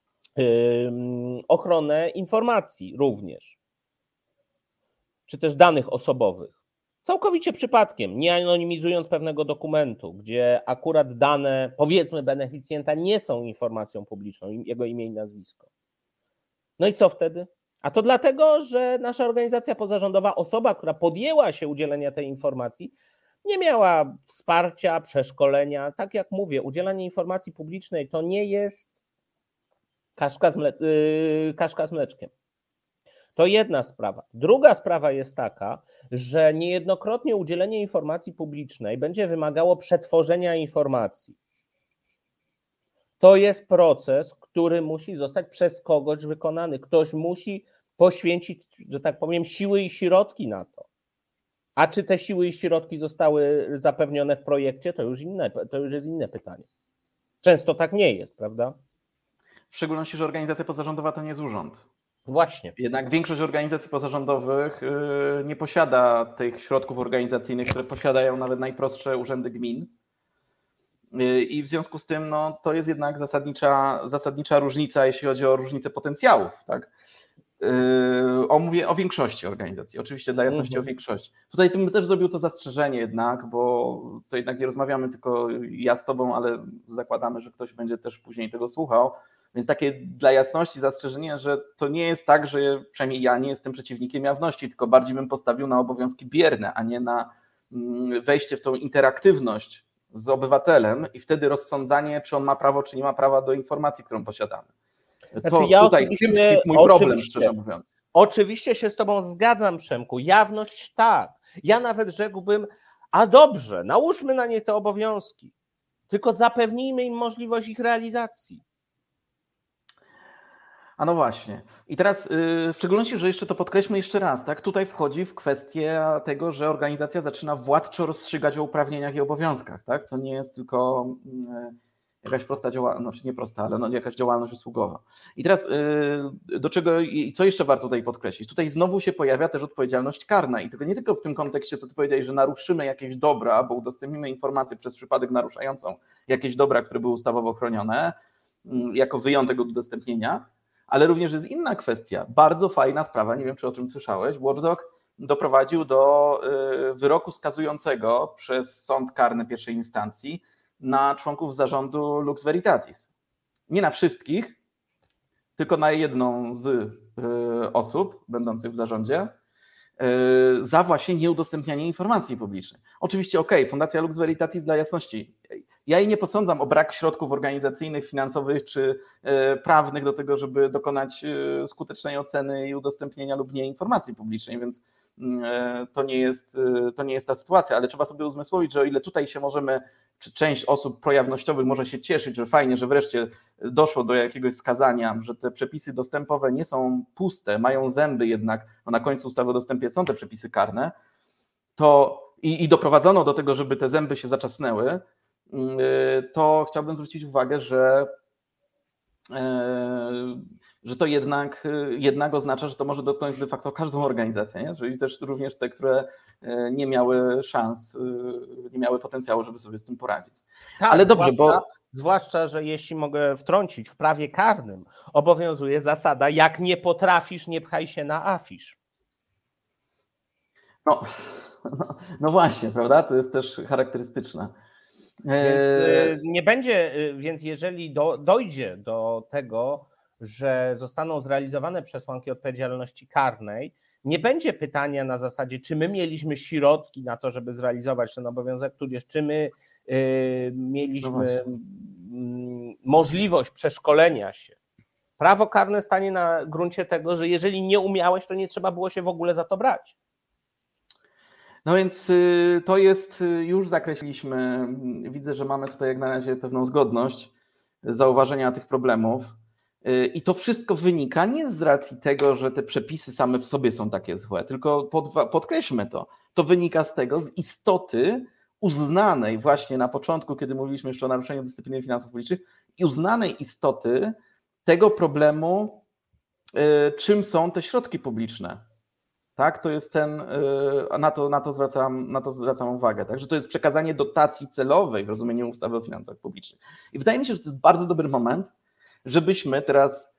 ochronę informacji również, czy też danych osobowych. Całkowicie przypadkiem, nie anonimizując pewnego dokumentu, gdzie akurat dane, powiedzmy, beneficjenta nie są informacją publiczną, jego imię i nazwisko. No i co wtedy? A to dlatego, że nasza organizacja pozarządowa, osoba, która podjęła się udzielenia tej informacji, nie miała wsparcia, przeszkolenia. Tak jak mówię, udzielanie informacji publicznej to nie jest kaszka z, mle- yy, kaszka z mleczkiem. To jedna sprawa. Druga sprawa jest taka, że niejednokrotnie udzielenie informacji publicznej będzie wymagało przetworzenia informacji. To jest proces, który musi zostać przez kogoś wykonany. Ktoś musi poświęcić, że tak powiem, siły i środki na to. A czy te siły i środki zostały zapewnione w projekcie, to już inne, to już jest inne pytanie. Często tak nie jest, prawda? W szczególności, że organizacja pozarządowa to nie jest urząd. Właśnie. Jednak większość organizacji pozarządowych nie posiada tych środków organizacyjnych, które posiadają nawet najprostsze urzędy gmin. I w związku z tym no, to jest jednak zasadnicza, zasadnicza różnica, jeśli chodzi o różnicę potencjałów. Tak? O, mówię o większości organizacji, oczywiście dla jasności mhm. o większości. Tutaj bym też zrobił to zastrzeżenie jednak, bo to jednak nie rozmawiamy tylko ja z tobą, ale zakładamy, że ktoś będzie też później tego słuchał. Więc takie dla jasności zastrzeżenie, że to nie jest tak, że przynajmniej ja nie jestem przeciwnikiem jawności, tylko bardziej bym postawił na obowiązki bierne, a nie na wejście w tą interaktywność z obywatelem i wtedy rozsądzanie, czy on ma prawo, czy nie ma prawa do informacji, którą posiadamy. To znaczy ja tutaj w tym tkwi mój problem, szczerze mówiąc. Oczywiście się z tobą zgadzam, Przemku. Jawność tak. Ja nawet rzekłbym, a dobrze, nałóżmy na nie te obowiązki, tylko zapewnijmy im możliwość ich realizacji. A no właśnie. I teraz w szczególności, że jeszcze to podkreślmy jeszcze raz, tak? Tutaj wchodzi w kwestię tego, że organizacja zaczyna władczo rozstrzygać o uprawnieniach i obowiązkach. Tak? To nie jest tylko jakaś prosta działalność, znaczy nie prosta, ale no jakaś działalność usługowa. I teraz do czego i co jeszcze warto tutaj podkreślić? Tutaj znowu się pojawia też odpowiedzialność karna i tylko nie tylko w tym kontekście, co ty powiedziałeś, że naruszymy jakieś dobra, bo udostępnimy informację przez przypadek naruszającą jakieś dobra, które były ustawowo chronione, jako wyjątek od udostępnienia. Ale również jest inna kwestia, bardzo fajna sprawa, nie wiem, czy o czym słyszałeś, Watchdog doprowadził do wyroku skazującego przez sąd karny pierwszej instancji na członków zarządu Lux Veritatis. Nie na wszystkich, tylko na jedną z osób będących w zarządzie za właśnie nieudostępnianie informacji publicznej. Oczywiście okej, okay, Fundacja Lux Veritatis dla jasności, ja jej nie posądzam o brak środków organizacyjnych, finansowych czy prawnych do tego, żeby dokonać skutecznej oceny i udostępnienia lub nie informacji publicznej, więc to nie jest, to nie jest ta sytuacja, ale trzeba sobie uzmysłowić, że o ile tutaj się możemy, czy część osób projawnościowych może się cieszyć, że fajnie, że wreszcie doszło do jakiegoś skazania, że te przepisy dostępowe nie są puste, mają zęby jednak, no na końcu ustawy o dostępie są te przepisy karne, to i, i doprowadzono do tego, żeby te zęby się zaczasnęły, to chciałbym zwrócić uwagę, że, że to jednak, jednak oznacza, że to może dotknąć de facto każdą organizację, nie? Czyli też również te, które nie miały szans, nie miały potencjału, żeby sobie z tym poradzić. Tak, ale dobrze, zwłaszcza, bo... zwłaszcza, że jeśli mogę wtrącić, w prawie karnym obowiązuje zasada, jak nie potrafisz, nie pchaj się na afisz. No, no, no właśnie, prawda? To jest też charakterystyczne. Więc nie będzie, więc jeżeli do, dojdzie do tego, że zostaną zrealizowane przesłanki odpowiedzialności karnej, nie będzie pytania na zasadzie, czy my mieliśmy środki na to, żeby zrealizować ten obowiązek, tudzież czy my y, mieliśmy no możliwość przeszkolenia się. Prawo karne stanie na gruncie tego, że jeżeli nie umiałeś, to nie trzeba było się w ogóle za to brać. No więc to jest, już zakreśliliśmy, widzę, że mamy tutaj jak na razie pewną zgodność zauważenia tych problemów i to wszystko wynika nie z racji tego, że te przepisy same w sobie są takie złe, tylko pod, podkreślmy to, to wynika z tego, z istoty uznanej właśnie na początku, kiedy mówiliśmy jeszcze o naruszeniu dyscypliny finansów publicznych, i uznanej istoty tego problemu, czym są te środki publiczne. Tak, to jest ten, na to, na to, zwracam, na to zwracam uwagę, tak? Że to jest przekazanie dotacji celowej w rozumieniu ustawy o finansach publicznych. I wydaje mi się, że to jest bardzo dobry moment, żebyśmy teraz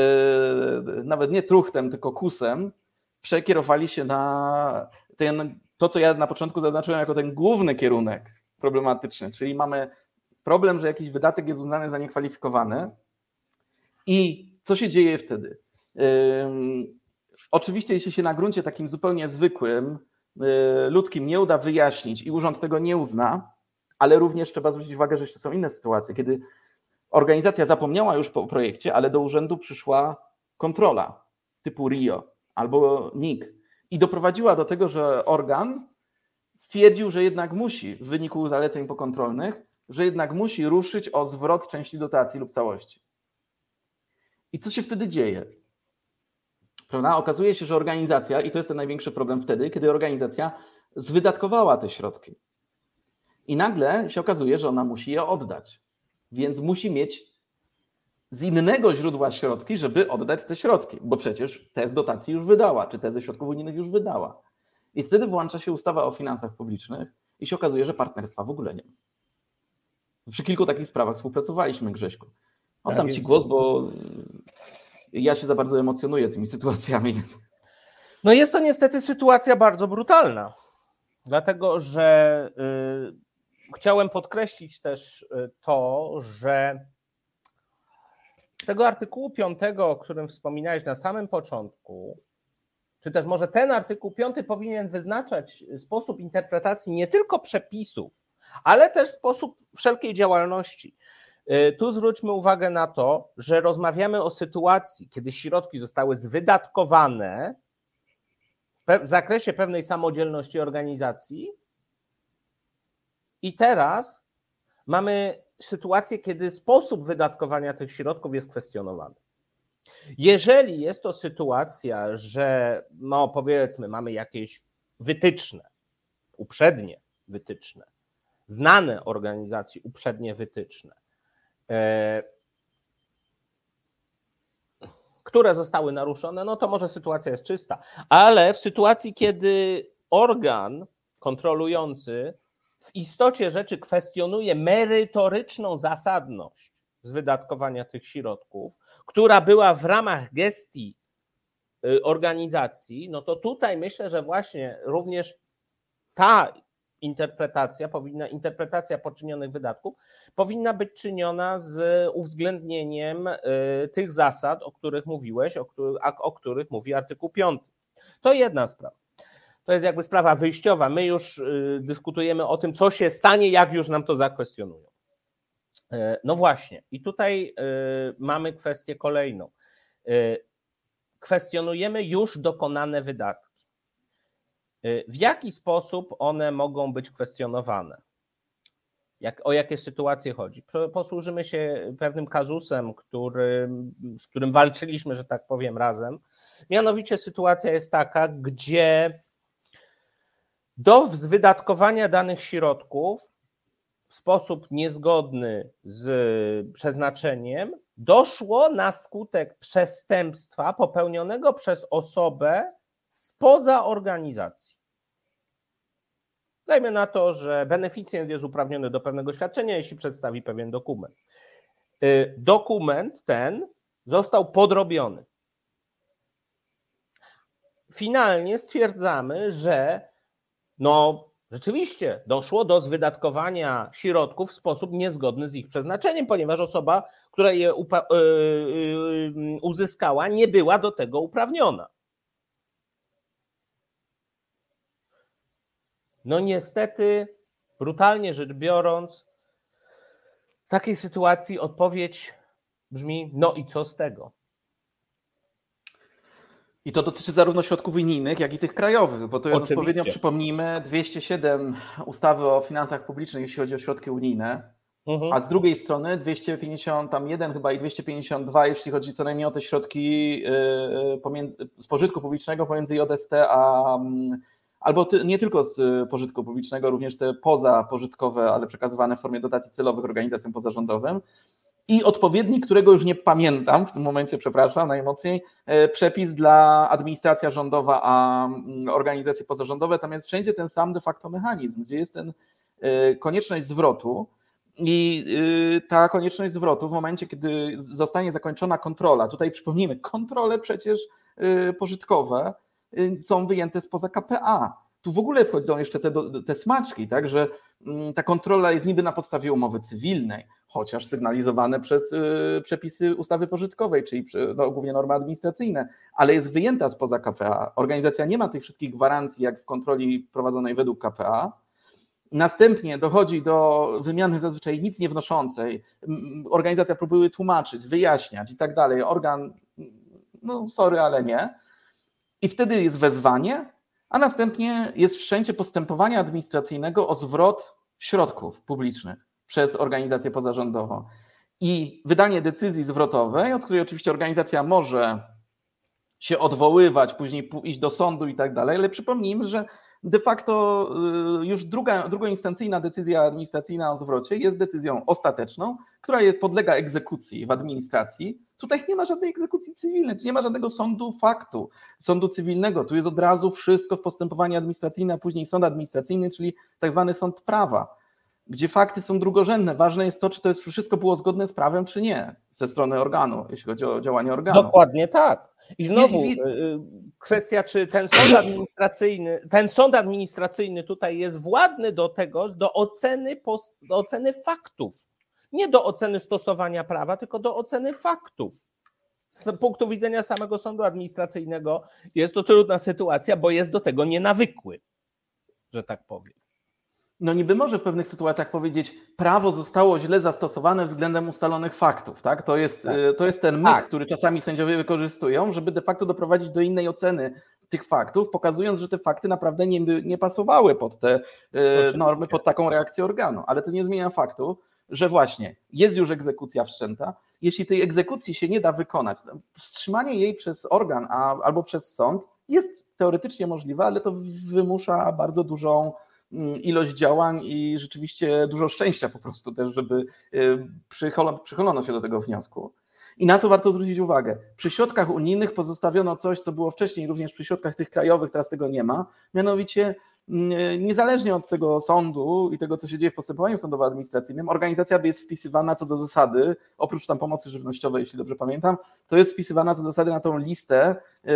nawet nie truchtem, tylko kusem przekierowali się na ten, to, co ja na początku zaznaczyłem jako ten główny kierunek problematyczny, czyli mamy problem, że jakiś wydatek jest uznany za niekwalifikowany i co się dzieje wtedy? Oczywiście, jeśli się na gruncie takim zupełnie zwykłym, ludzkim nie uda wyjaśnić i urząd tego nie uzna, ale również trzeba zwrócić uwagę, że jeszcze są inne sytuacje, kiedy organizacja zapomniała już po projekcie, ale do urzędu przyszła kontrola typu R I O albo N I K i doprowadziła do tego, że organ stwierdził, że jednak musi w wyniku zaleceń pokontrolnych, że jednak musi ruszyć o zwrot części dotacji lub całości. I co się wtedy dzieje? Prawda? Okazuje się, że organizacja, i to jest ten największy problem wtedy, kiedy organizacja zwydatkowała te środki. I nagle się okazuje, że ona musi je oddać. Więc musi mieć z innego źródła środki, żeby oddać te środki, bo przecież te z dotacji już wydała, czy te ze środków unijnych już wydała. I wtedy włącza się ustawa o finansach publicznych i się okazuje, że partnerstwa w ogóle nie ma. Przy kilku takich sprawach współpracowaliśmy, Grześku. Oddam tak Ci głos, bo ja się za bardzo emocjonuję tymi sytuacjami. No jest to niestety sytuacja bardzo brutalna, dlatego że y, chciałem podkreślić też to, że z tego artykułu piątego, o którym wspominałeś na samym początku, czy też może ten artykuł piąty powinien wyznaczać sposób interpretacji nie tylko przepisów, ale też sposób wszelkiej działalności. Tu zwróćmy uwagę na to, że rozmawiamy o sytuacji, kiedy środki zostały zwydatkowane w zakresie pewnej samodzielności organizacji i teraz mamy sytuację, kiedy sposób wydatkowania tych środków jest kwestionowany. Jeżeli jest to sytuacja, że no powiedzmy mamy jakieś wytyczne, uprzednie wytyczne, znane organizacji uprzednie wytyczne, e, które zostały naruszone, no to może sytuacja jest czysta, ale w sytuacji, kiedy organ kontrolujący w istocie rzeczy kwestionuje merytoryczną zasadność z wydatkowania tych środków, która była w ramach gestii organizacji, no to tutaj myślę, że właśnie również ta interpretacja powinna, interpretacja poczynionych wydatków powinna być czyniona z uwzględnieniem tych zasad, o których mówiłeś, o których, o których mówi artykuł piąty. To jedna sprawa. To jest jakby sprawa wyjściowa. My już dyskutujemy o tym, co się stanie, jak już nam to zakwestionują. No właśnie, i tutaj mamy kwestię kolejną. Kwestionujemy już dokonane wydatki. W jaki sposób one mogą być kwestionowane? Jak, o jakie sytuacje chodzi? Posłużymy się pewnym kazusem, który, z którym walczyliśmy, że tak powiem, razem. Mianowicie sytuacja jest taka, gdzie do wydatkowania danych środków w sposób niezgodny z przeznaczeniem doszło na skutek przestępstwa popełnionego przez osobę spoza organizacji. Dajmy na to, że beneficjent jest uprawniony do pewnego świadczenia, jeśli przedstawi pewien dokument. Dokument ten został podrobiony. Finalnie stwierdzamy, że no rzeczywiście doszło do zwydatkowania środków w sposób niezgodny z ich przeznaczeniem, ponieważ osoba, która je uzyskała, nie była do tego uprawniona. No niestety, brutalnie rzecz biorąc, w takiej sytuacji odpowiedź brzmi, no i co z tego? I to dotyczy zarówno środków unijnych, jak i tych krajowych, bo to jest Oczywiście. odpowiednio, przypomnijmy, dwieście siedem ustawy o finansach publicznych, jeśli chodzi o środki unijne, mhm. a z drugiej strony dwieście pięćdziesiąt jeden chyba i dwieście pięćdziesiąt dwa, jeśli chodzi co najmniej o te środki pomiędzy, z pożytku publicznego pomiędzy J S T a, albo ty, nie tylko z pożytku publicznego, również te pozapożytkowe, ale przekazywane w formie dotacji celowych organizacjom pozarządowym. I odpowiednik, którego już nie pamiętam w tym momencie, przepraszam najmocniej, przepis dla administracja rządowa, a organizacje pozarządowe, tam jest wszędzie ten sam de facto mechanizm, gdzie jest ten konieczność zwrotu i ta konieczność zwrotu w momencie, kiedy zostanie zakończona kontrola, tutaj przypomnijmy, kontrole przecież pożytkowe są wyjęte spoza K P A. Tu w ogóle wchodzą jeszcze te, te smaczki, tak, że ta kontrola jest niby na podstawie umowy cywilnej, chociaż sygnalizowane przez y, przepisy ustawy pożytkowej, czyli no, głównie normy administracyjne, ale jest wyjęta spoza K P A. Organizacja nie ma tych wszystkich gwarancji, jak w kontroli prowadzonej według K P A. Następnie dochodzi do wymiany zazwyczaj nic nie wnoszącej. Organizacja próbuje tłumaczyć, wyjaśniać i tak dalej. Organ, no sorry, ale nie. I wtedy jest wezwanie, a następnie jest wszczęcie postępowania administracyjnego o zwrot środków publicznych przez organizację pozarządową i wydanie decyzji zwrotowej, od której oczywiście organizacja może się odwoływać, później iść do sądu i tak dalej, ale przypomnijmy, że de facto już druga, drugoinstancyjna decyzja administracyjna o zwrocie jest decyzją ostateczną, która podlega egzekucji w administracji. Tutaj nie ma żadnej egzekucji cywilnej, tu nie ma żadnego sądu faktu, sądu cywilnego, tu jest od razu wszystko w postępowaniu administracyjnym, a później sąd administracyjny, czyli tak zwany sąd prawa, gdzie fakty są drugorzędne. Ważne jest to, czy to jest wszystko było zgodne z prawem, czy nie, ze strony organu, jeśli chodzi o działanie organu. Dokładnie tak. I znowu I... kwestia, czy ten sąd administracyjny, ten sąd administracyjny tutaj jest władny do tego, do oceny, post, do oceny faktów. Nie do oceny stosowania prawa, tylko do oceny faktów. Z punktu widzenia samego sądu administracyjnego jest to trudna sytuacja, bo jest do tego nienawykły, że tak powiem. No niby może w pewnych sytuacjach powiedzieć, prawo zostało źle zastosowane względem ustalonych faktów, tak? To jest, tak. to jest ten myk, tak. który czasami sędziowie wykorzystują, żeby de facto doprowadzić do innej oceny tych faktów, pokazując, że te fakty naprawdę nie, nie pasowały pod te Oczywiście. normy, pod taką reakcję organu. Ale to nie zmienia faktu, że właśnie jest już egzekucja wszczęta. Jeśli tej egzekucji się nie da wykonać, wstrzymanie jej przez organ a, albo przez sąd jest teoretycznie możliwe, ale to wymusza bardzo dużą ilość działań i rzeczywiście dużo szczęścia po prostu też, żeby przychylono się do tego wniosku. I na co warto zwrócić uwagę? Przy środkach unijnych pozostawiono coś, co było wcześniej również przy środkach tych krajowych, teraz tego nie ma, mianowicie niezależnie od tego sądu i tego, co się dzieje w postępowaniu sądowo-administracyjnym, organizacja jest wpisywana co do zasady, oprócz tam pomocy żywnościowej, jeśli dobrze pamiętam, to jest wpisywana co do zasady na tą listę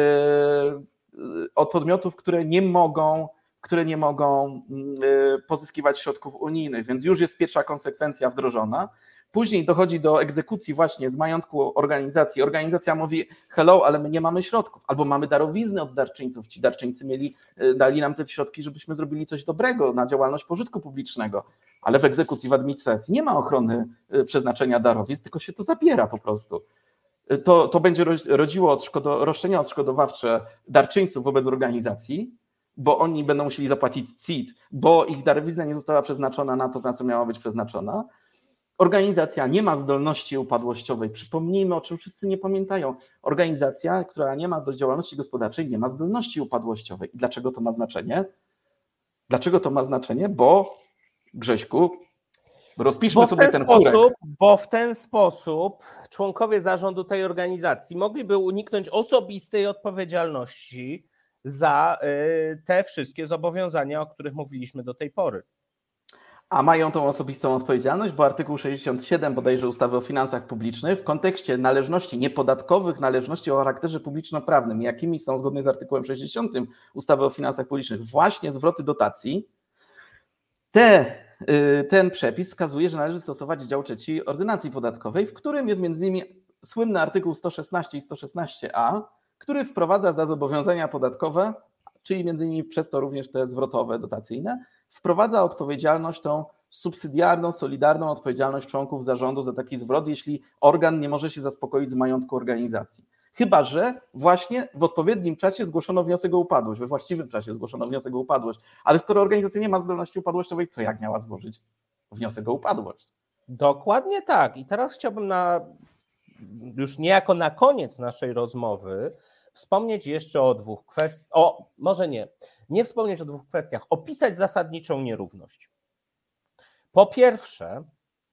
od podmiotów, które nie mogą które nie mogą pozyskiwać środków unijnych, więc już jest pierwsza konsekwencja wdrożona. Później dochodzi do egzekucji właśnie z majątku organizacji. Organizacja mówi, hello, ale my nie mamy środków, albo mamy darowizny od darczyńców. Ci darczyńcy mieli, dali nam te środki, żebyśmy zrobili coś dobrego na działalność pożytku publicznego, ale w egzekucji w administracji nie ma ochrony przeznaczenia darowizn, tylko się to zabiera po prostu. To, to będzie rodziło odszkodo, roszczenia odszkodowawcze darczyńców wobec organizacji, bo oni będą musieli zapłacić C I T, bo ich darowizna nie została przeznaczona na to, na co miała być przeznaczona. Organizacja nie ma zdolności upadłościowej. Przypomnijmy, o czym wszyscy nie pamiętają. Organizacja, która nie ma do działalności gospodarczej, nie ma zdolności upadłościowej. I dlaczego to ma znaczenie? Dlaczego to ma znaczenie? Bo, Grześku, rozpiszmy bo sobie ten, ten sposób, kurek. Bo w ten sposób członkowie zarządu tej organizacji mogliby uniknąć osobistej odpowiedzialności za te wszystkie zobowiązania, o których mówiliśmy do tej pory. A mają tą osobistą odpowiedzialność, bo artykuł sześćdziesiąt siedem bodajże ustawy o finansach publicznych w kontekście należności niepodatkowych, należności o charakterze publiczno-prawnym, jakimi są zgodnie z artykułem sześćdziesiątym ustawy o finansach publicznych właśnie zwroty dotacji, te, ten przepis wskazuje, że należy stosować dział trzeci ordynacji podatkowej, w którym jest między innymi słynny artykuł sto szesnaście i sto szesnaście a, który wprowadza za zobowiązania podatkowe, czyli między innymi przez to również te zwrotowe, dotacyjne, wprowadza odpowiedzialność tą subsydiarną, solidarną odpowiedzialność członków zarządu za taki zwrot, jeśli organ nie może się zaspokoić z majątku organizacji. Chyba że właśnie w odpowiednim czasie zgłoszono wniosek o upadłość, we właściwym czasie zgłoszono wniosek o upadłość, ale skoro organizacja nie ma zdolności upadłościowej, to jak miała złożyć wniosek o upadłość? Dokładnie tak. I teraz chciałbym na, już niejako na koniec naszej rozmowy wspomnieć jeszcze o dwóch kwestiach, o może nie, nie wspomnieć o dwóch kwestiach. Opisać zasadniczą nierówność. Po pierwsze,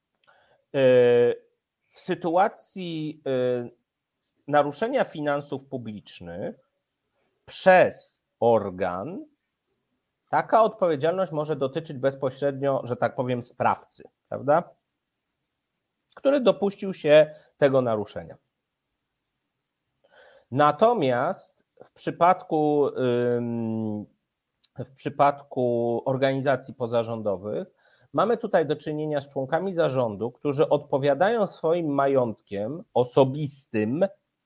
w sytuacji naruszenia finansów publicznych przez organ, taka odpowiedzialność może dotyczyć bezpośrednio, że tak powiem, sprawcy, prawda? Który dopuścił się tego naruszenia. Natomiast w przypadku, w przypadku organizacji pozarządowych mamy tutaj do czynienia z członkami zarządu, którzy odpowiadają swoim majątkiem osobistym,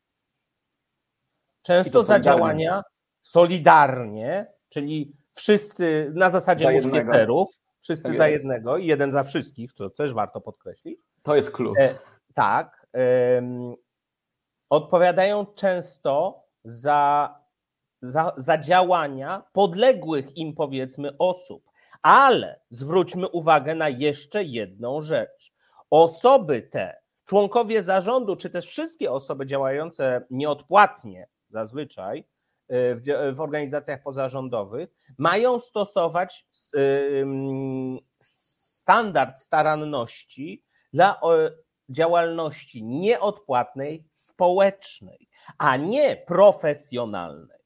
często za działania solidarnie, czyli wszyscy na zasadzie muszkieterów, wszyscy tak za jest. jednego i jeden za wszystkich, co też warto podkreślić. To jest klucz. E, tak. E, odpowiadają często za, za, za działania podległych im, powiedzmy, osób. Ale zwróćmy uwagę na jeszcze jedną rzecz. Osoby te, członkowie zarządu, czy też wszystkie osoby działające nieodpłatnie zazwyczaj w, w organizacjach pozarządowych, mają stosować standard staranności dla działalności nieodpłatnej, społecznej, a nie profesjonalnej.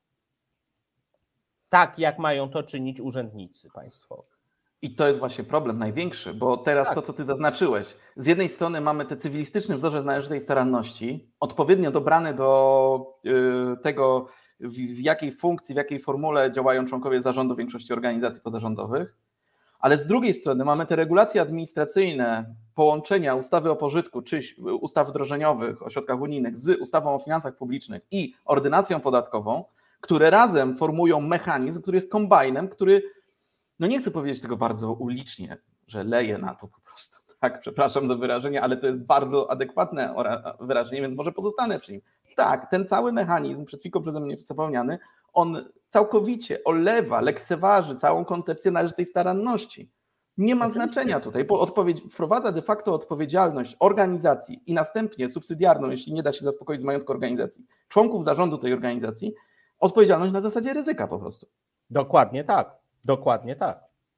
Tak, jak mają to czynić urzędnicy państwowi. I to jest właśnie problem największy, bo teraz tak. To, co ty zaznaczyłeś, z jednej strony mamy ten cywilistyczny wzorzec należytej staranności, odpowiednio dobrany do y, tego, w, w jakiej funkcji, w jakiej formule działają członkowie zarządu większości organizacji pozarządowych, ale z drugiej strony mamy te regulacje administracyjne, połączenia ustawy o pożytku czy ustaw wdrożeniowych o środkach unijnych z ustawą o finansach publicznych i ordynacją podatkową, które razem formują mechanizm, który jest kombajnem, który, no nie chcę powiedzieć tego bardzo ulicznie, że leje na to po prostu, tak, przepraszam za wyrażenie, ale to jest bardzo adekwatne wyrażenie, więc może pozostanę przy nim. Tak, ten cały mechanizm, przed chwilą przeze mnie wspomniany, on całkowicie olewa, lekceważy całą koncepcję należytej staranności. Nie ma znaczenia tutaj, bo odpowiedź, wprowadza de facto odpowiedzialność organizacji i następnie subsydiarną, jeśli nie da się zaspokoić z majątku organizacji, członków zarządu tej organizacji, odpowiedzialność na zasadzie ryzyka po prostu. Dokładnie tak, dokładnie tak.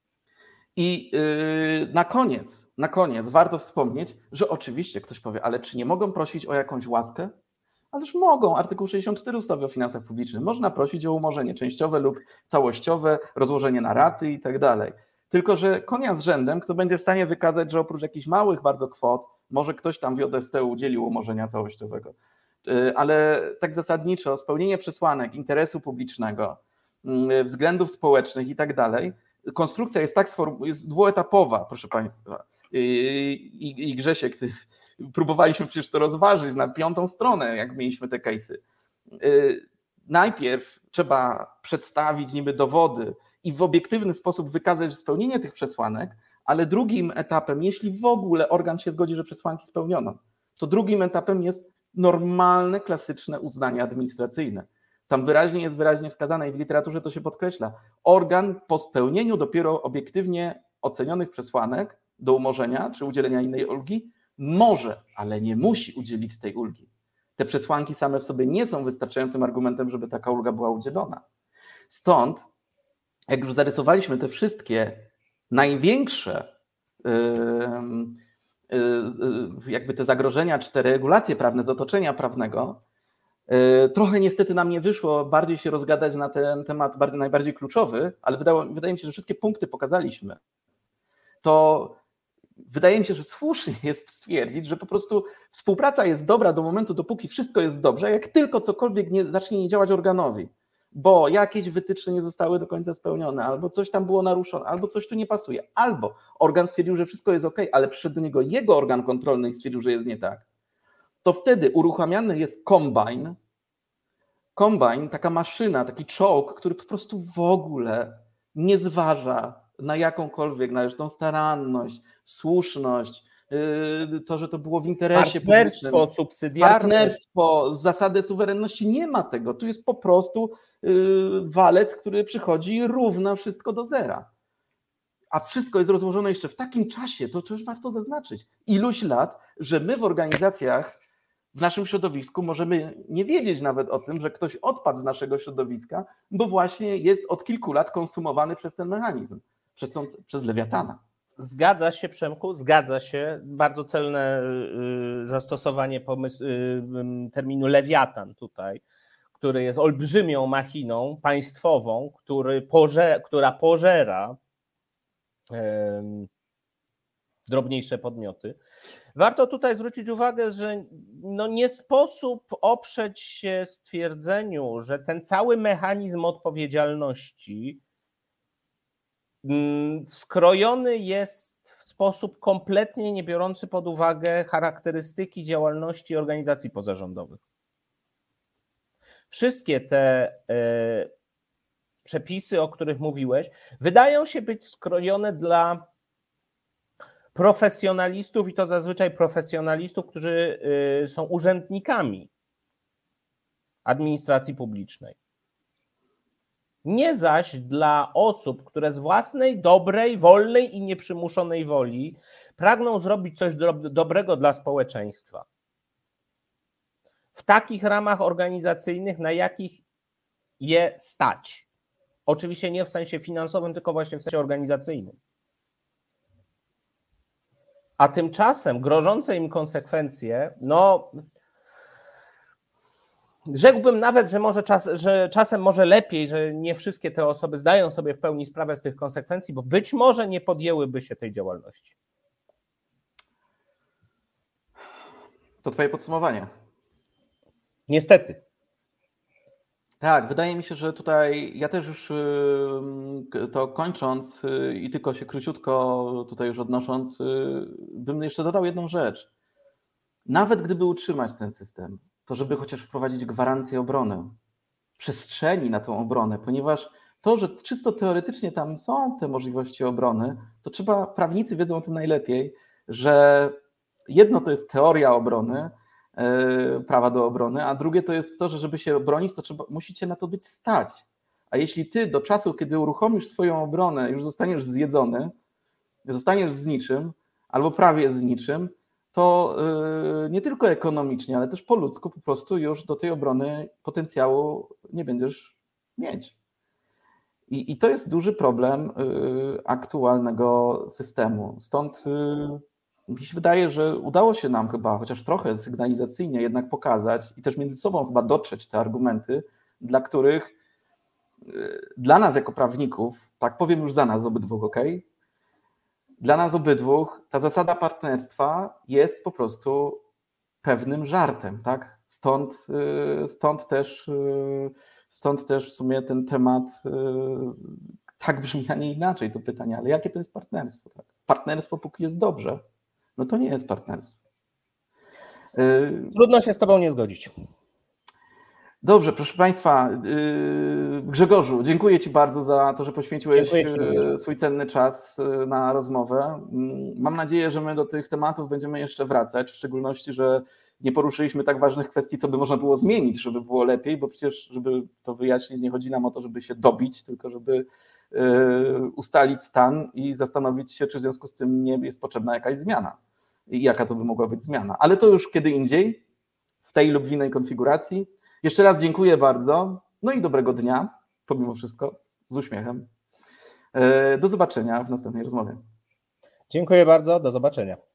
I yy, na koniec, na koniec warto wspomnieć, że oczywiście ktoś powie, ale czy nie mogą prosić o jakąś łaskę? Ależ mogą, artykuł sześćdziesiąt cztery ustawy o finansach publicznych. Można prosić o umorzenie częściowe lub całościowe, rozłożenie na raty i tak dalej. Tylko że konia z rzędem, kto będzie w stanie wykazać, że oprócz jakichś małych bardzo kwot, może ktoś tam w J S T udzielił umorzenia całościowego. Ale tak zasadniczo spełnienie przesłanek interesu publicznego, względów społecznych i tak dalej, konstrukcja jest tak sformułowana, jest dwuetapowa, proszę Państwa. I, i, i Grzesiek, ty, próbowaliśmy przecież to rozważyć na piątą stronę, jak mieliśmy te case'y. Najpierw trzeba przedstawić niby dowody i w obiektywny sposób wykazać spełnienie tych przesłanek, ale drugim etapem, jeśli w ogóle organ się zgodzi, że przesłanki spełniono, to drugim etapem jest normalne, klasyczne uznanie administracyjne. Tam wyraźnie jest wyraźnie wskazane i w literaturze to się podkreśla. Organ po spełnieniu dopiero obiektywnie ocenionych przesłanek do umorzenia czy udzielenia innej ulgi może, ale nie musi udzielić tej ulgi. Te przesłanki same w sobie nie są wystarczającym argumentem, żeby taka ulga była udzielona. Stąd, jak już zarysowaliśmy te wszystkie największe yy, jakby te zagrożenia czy te regulacje prawne z otoczenia prawnego, trochę niestety nam nie wyszło bardziej się rozgadać na ten temat bardziej, najbardziej kluczowy, ale wydało, wydaje mi się, że wszystkie punkty pokazaliśmy. To wydaje mi się, że słusznie jest stwierdzić, że po prostu współpraca jest dobra do momentu, dopóki wszystko jest dobrze, jak tylko cokolwiek nie zacznie nie działać organowi, bo jakieś wytyczne nie zostały do końca spełnione, albo coś tam było naruszone, albo coś tu nie pasuje, albo organ stwierdził, że wszystko jest ok, ale przyszedł do niego jego organ kontrolny i stwierdził, że jest nie tak, to wtedy uruchamiany jest kombajn, kombajn, taka maszyna, taki czołg, który po prostu w ogóle nie zważa na jakąkolwiek należytą staranność, słuszność, to, że to było w interesie partnerstwo publicznym. subsydiarne. Partnerstwo, zasadę suwerenności, nie ma tego. Tu jest po prostu walec, który przychodzi i równa wszystko do zera. A wszystko jest rozłożone jeszcze w takim czasie, to też warto zaznaczyć, iluś lat, że my w organizacjach w naszym środowisku możemy nie wiedzieć nawet o tym, że ktoś odpadł z naszego środowiska, bo właśnie jest od kilku lat konsumowany przez ten mechanizm, przez, tą, przez lewiatana. Zgadza się, Przemku, zgadza się. Bardzo celne zastosowanie pomysłu, terminu lewiatan tutaj, który jest olbrzymią machiną państwową, który poże, która pożera um, drobniejsze podmioty. Warto tutaj zwrócić uwagę, że no nie sposób oprzeć się stwierdzeniu, że ten cały mechanizm odpowiedzialności skrojony jest w sposób kompletnie nie biorący pod uwagę charakterystyki działalności organizacji pozarządowych. Wszystkie te y, przepisy, o których mówiłeś, wydają się być skrojone dla profesjonalistów i to zazwyczaj profesjonalistów, którzy y, są urzędnikami administracji publicznej. Nie zaś dla osób, które z własnej, dobrej, wolnej i nieprzymuszonej woli pragną zrobić coś do, dobrego dla społeczeństwa. W takich ramach organizacyjnych, na jakich je stać. Oczywiście nie w sensie finansowym, tylko właśnie w sensie organizacyjnym. A tymczasem grożące im konsekwencje, no rzekłbym nawet, że może czas, że czasem może lepiej, że nie wszystkie te osoby zdają sobie w pełni sprawę z tych konsekwencji, bo być może nie podjęłyby się tej działalności. To twoje podsumowanie. Niestety. Tak, wydaje mi się, że tutaj ja też już to kończąc i tylko się króciutko tutaj już odnosząc, bym jeszcze dodał jedną rzecz. Nawet gdyby utrzymać ten system, to żeby chociaż wprowadzić gwarancję obrony, przestrzeni na tą obronę, ponieważ to, że czysto teoretycznie tam są te możliwości obrony, to trzeba, prawnicy wiedzą o tym najlepiej, że jedno to jest teoria obrony, yy, prawa do obrony, a drugie to jest to, że żeby się bronić, to trzeba, musicie na to być stać. A jeśli ty do czasu, kiedy uruchomisz swoją obronę, już zostaniesz zjedzony, zostaniesz z niczym, albo prawie z niczym, to nie tylko ekonomicznie, ale też po ludzku po prostu już do tej obrony potencjału nie będziesz mieć. I, i to jest duży problem aktualnego systemu. Stąd mi się wydaje, że udało się nam chyba chociaż trochę sygnalizacyjnie jednak pokazać i też między sobą chyba dotrzeć te argumenty, dla których dla nas jako prawników, tak powiem już za nas obydwu, ok? Dla nas obydwu ta zasada partnerstwa jest po prostu pewnym żartem, tak? Stąd, stąd, też, stąd też w sumie ten temat tak brzmi, a nie inaczej to pytanie, ale jakie to jest partnerstwo? Tak? Partnerstwo póki jest dobrze, no to nie jest partnerstwo. Trudno się z tobą nie zgodzić. Dobrze, proszę Państwa, Grzegorzu, dziękuję Ci bardzo za to, że poświęciłeś swój cenny czas na rozmowę. Mam nadzieję, że my do tych tematów będziemy jeszcze wracać, w szczególności, że nie poruszyliśmy tak ważnych kwestii, co by można było zmienić, żeby było lepiej, bo przecież, żeby to wyjaśnić, nie chodzi nam o to, żeby się dobić, tylko żeby ustalić stan i zastanowić się, czy w związku z tym nie jest potrzebna jakaś zmiana i jaka to by mogła być zmiana. Ale to już kiedy indziej, w tej lub w innej konfiguracji. Jeszcze raz dziękuję bardzo, no i dobrego dnia, pomimo wszystko, z uśmiechem. Do zobaczenia w następnej rozmowie. Dziękuję bardzo, do zobaczenia.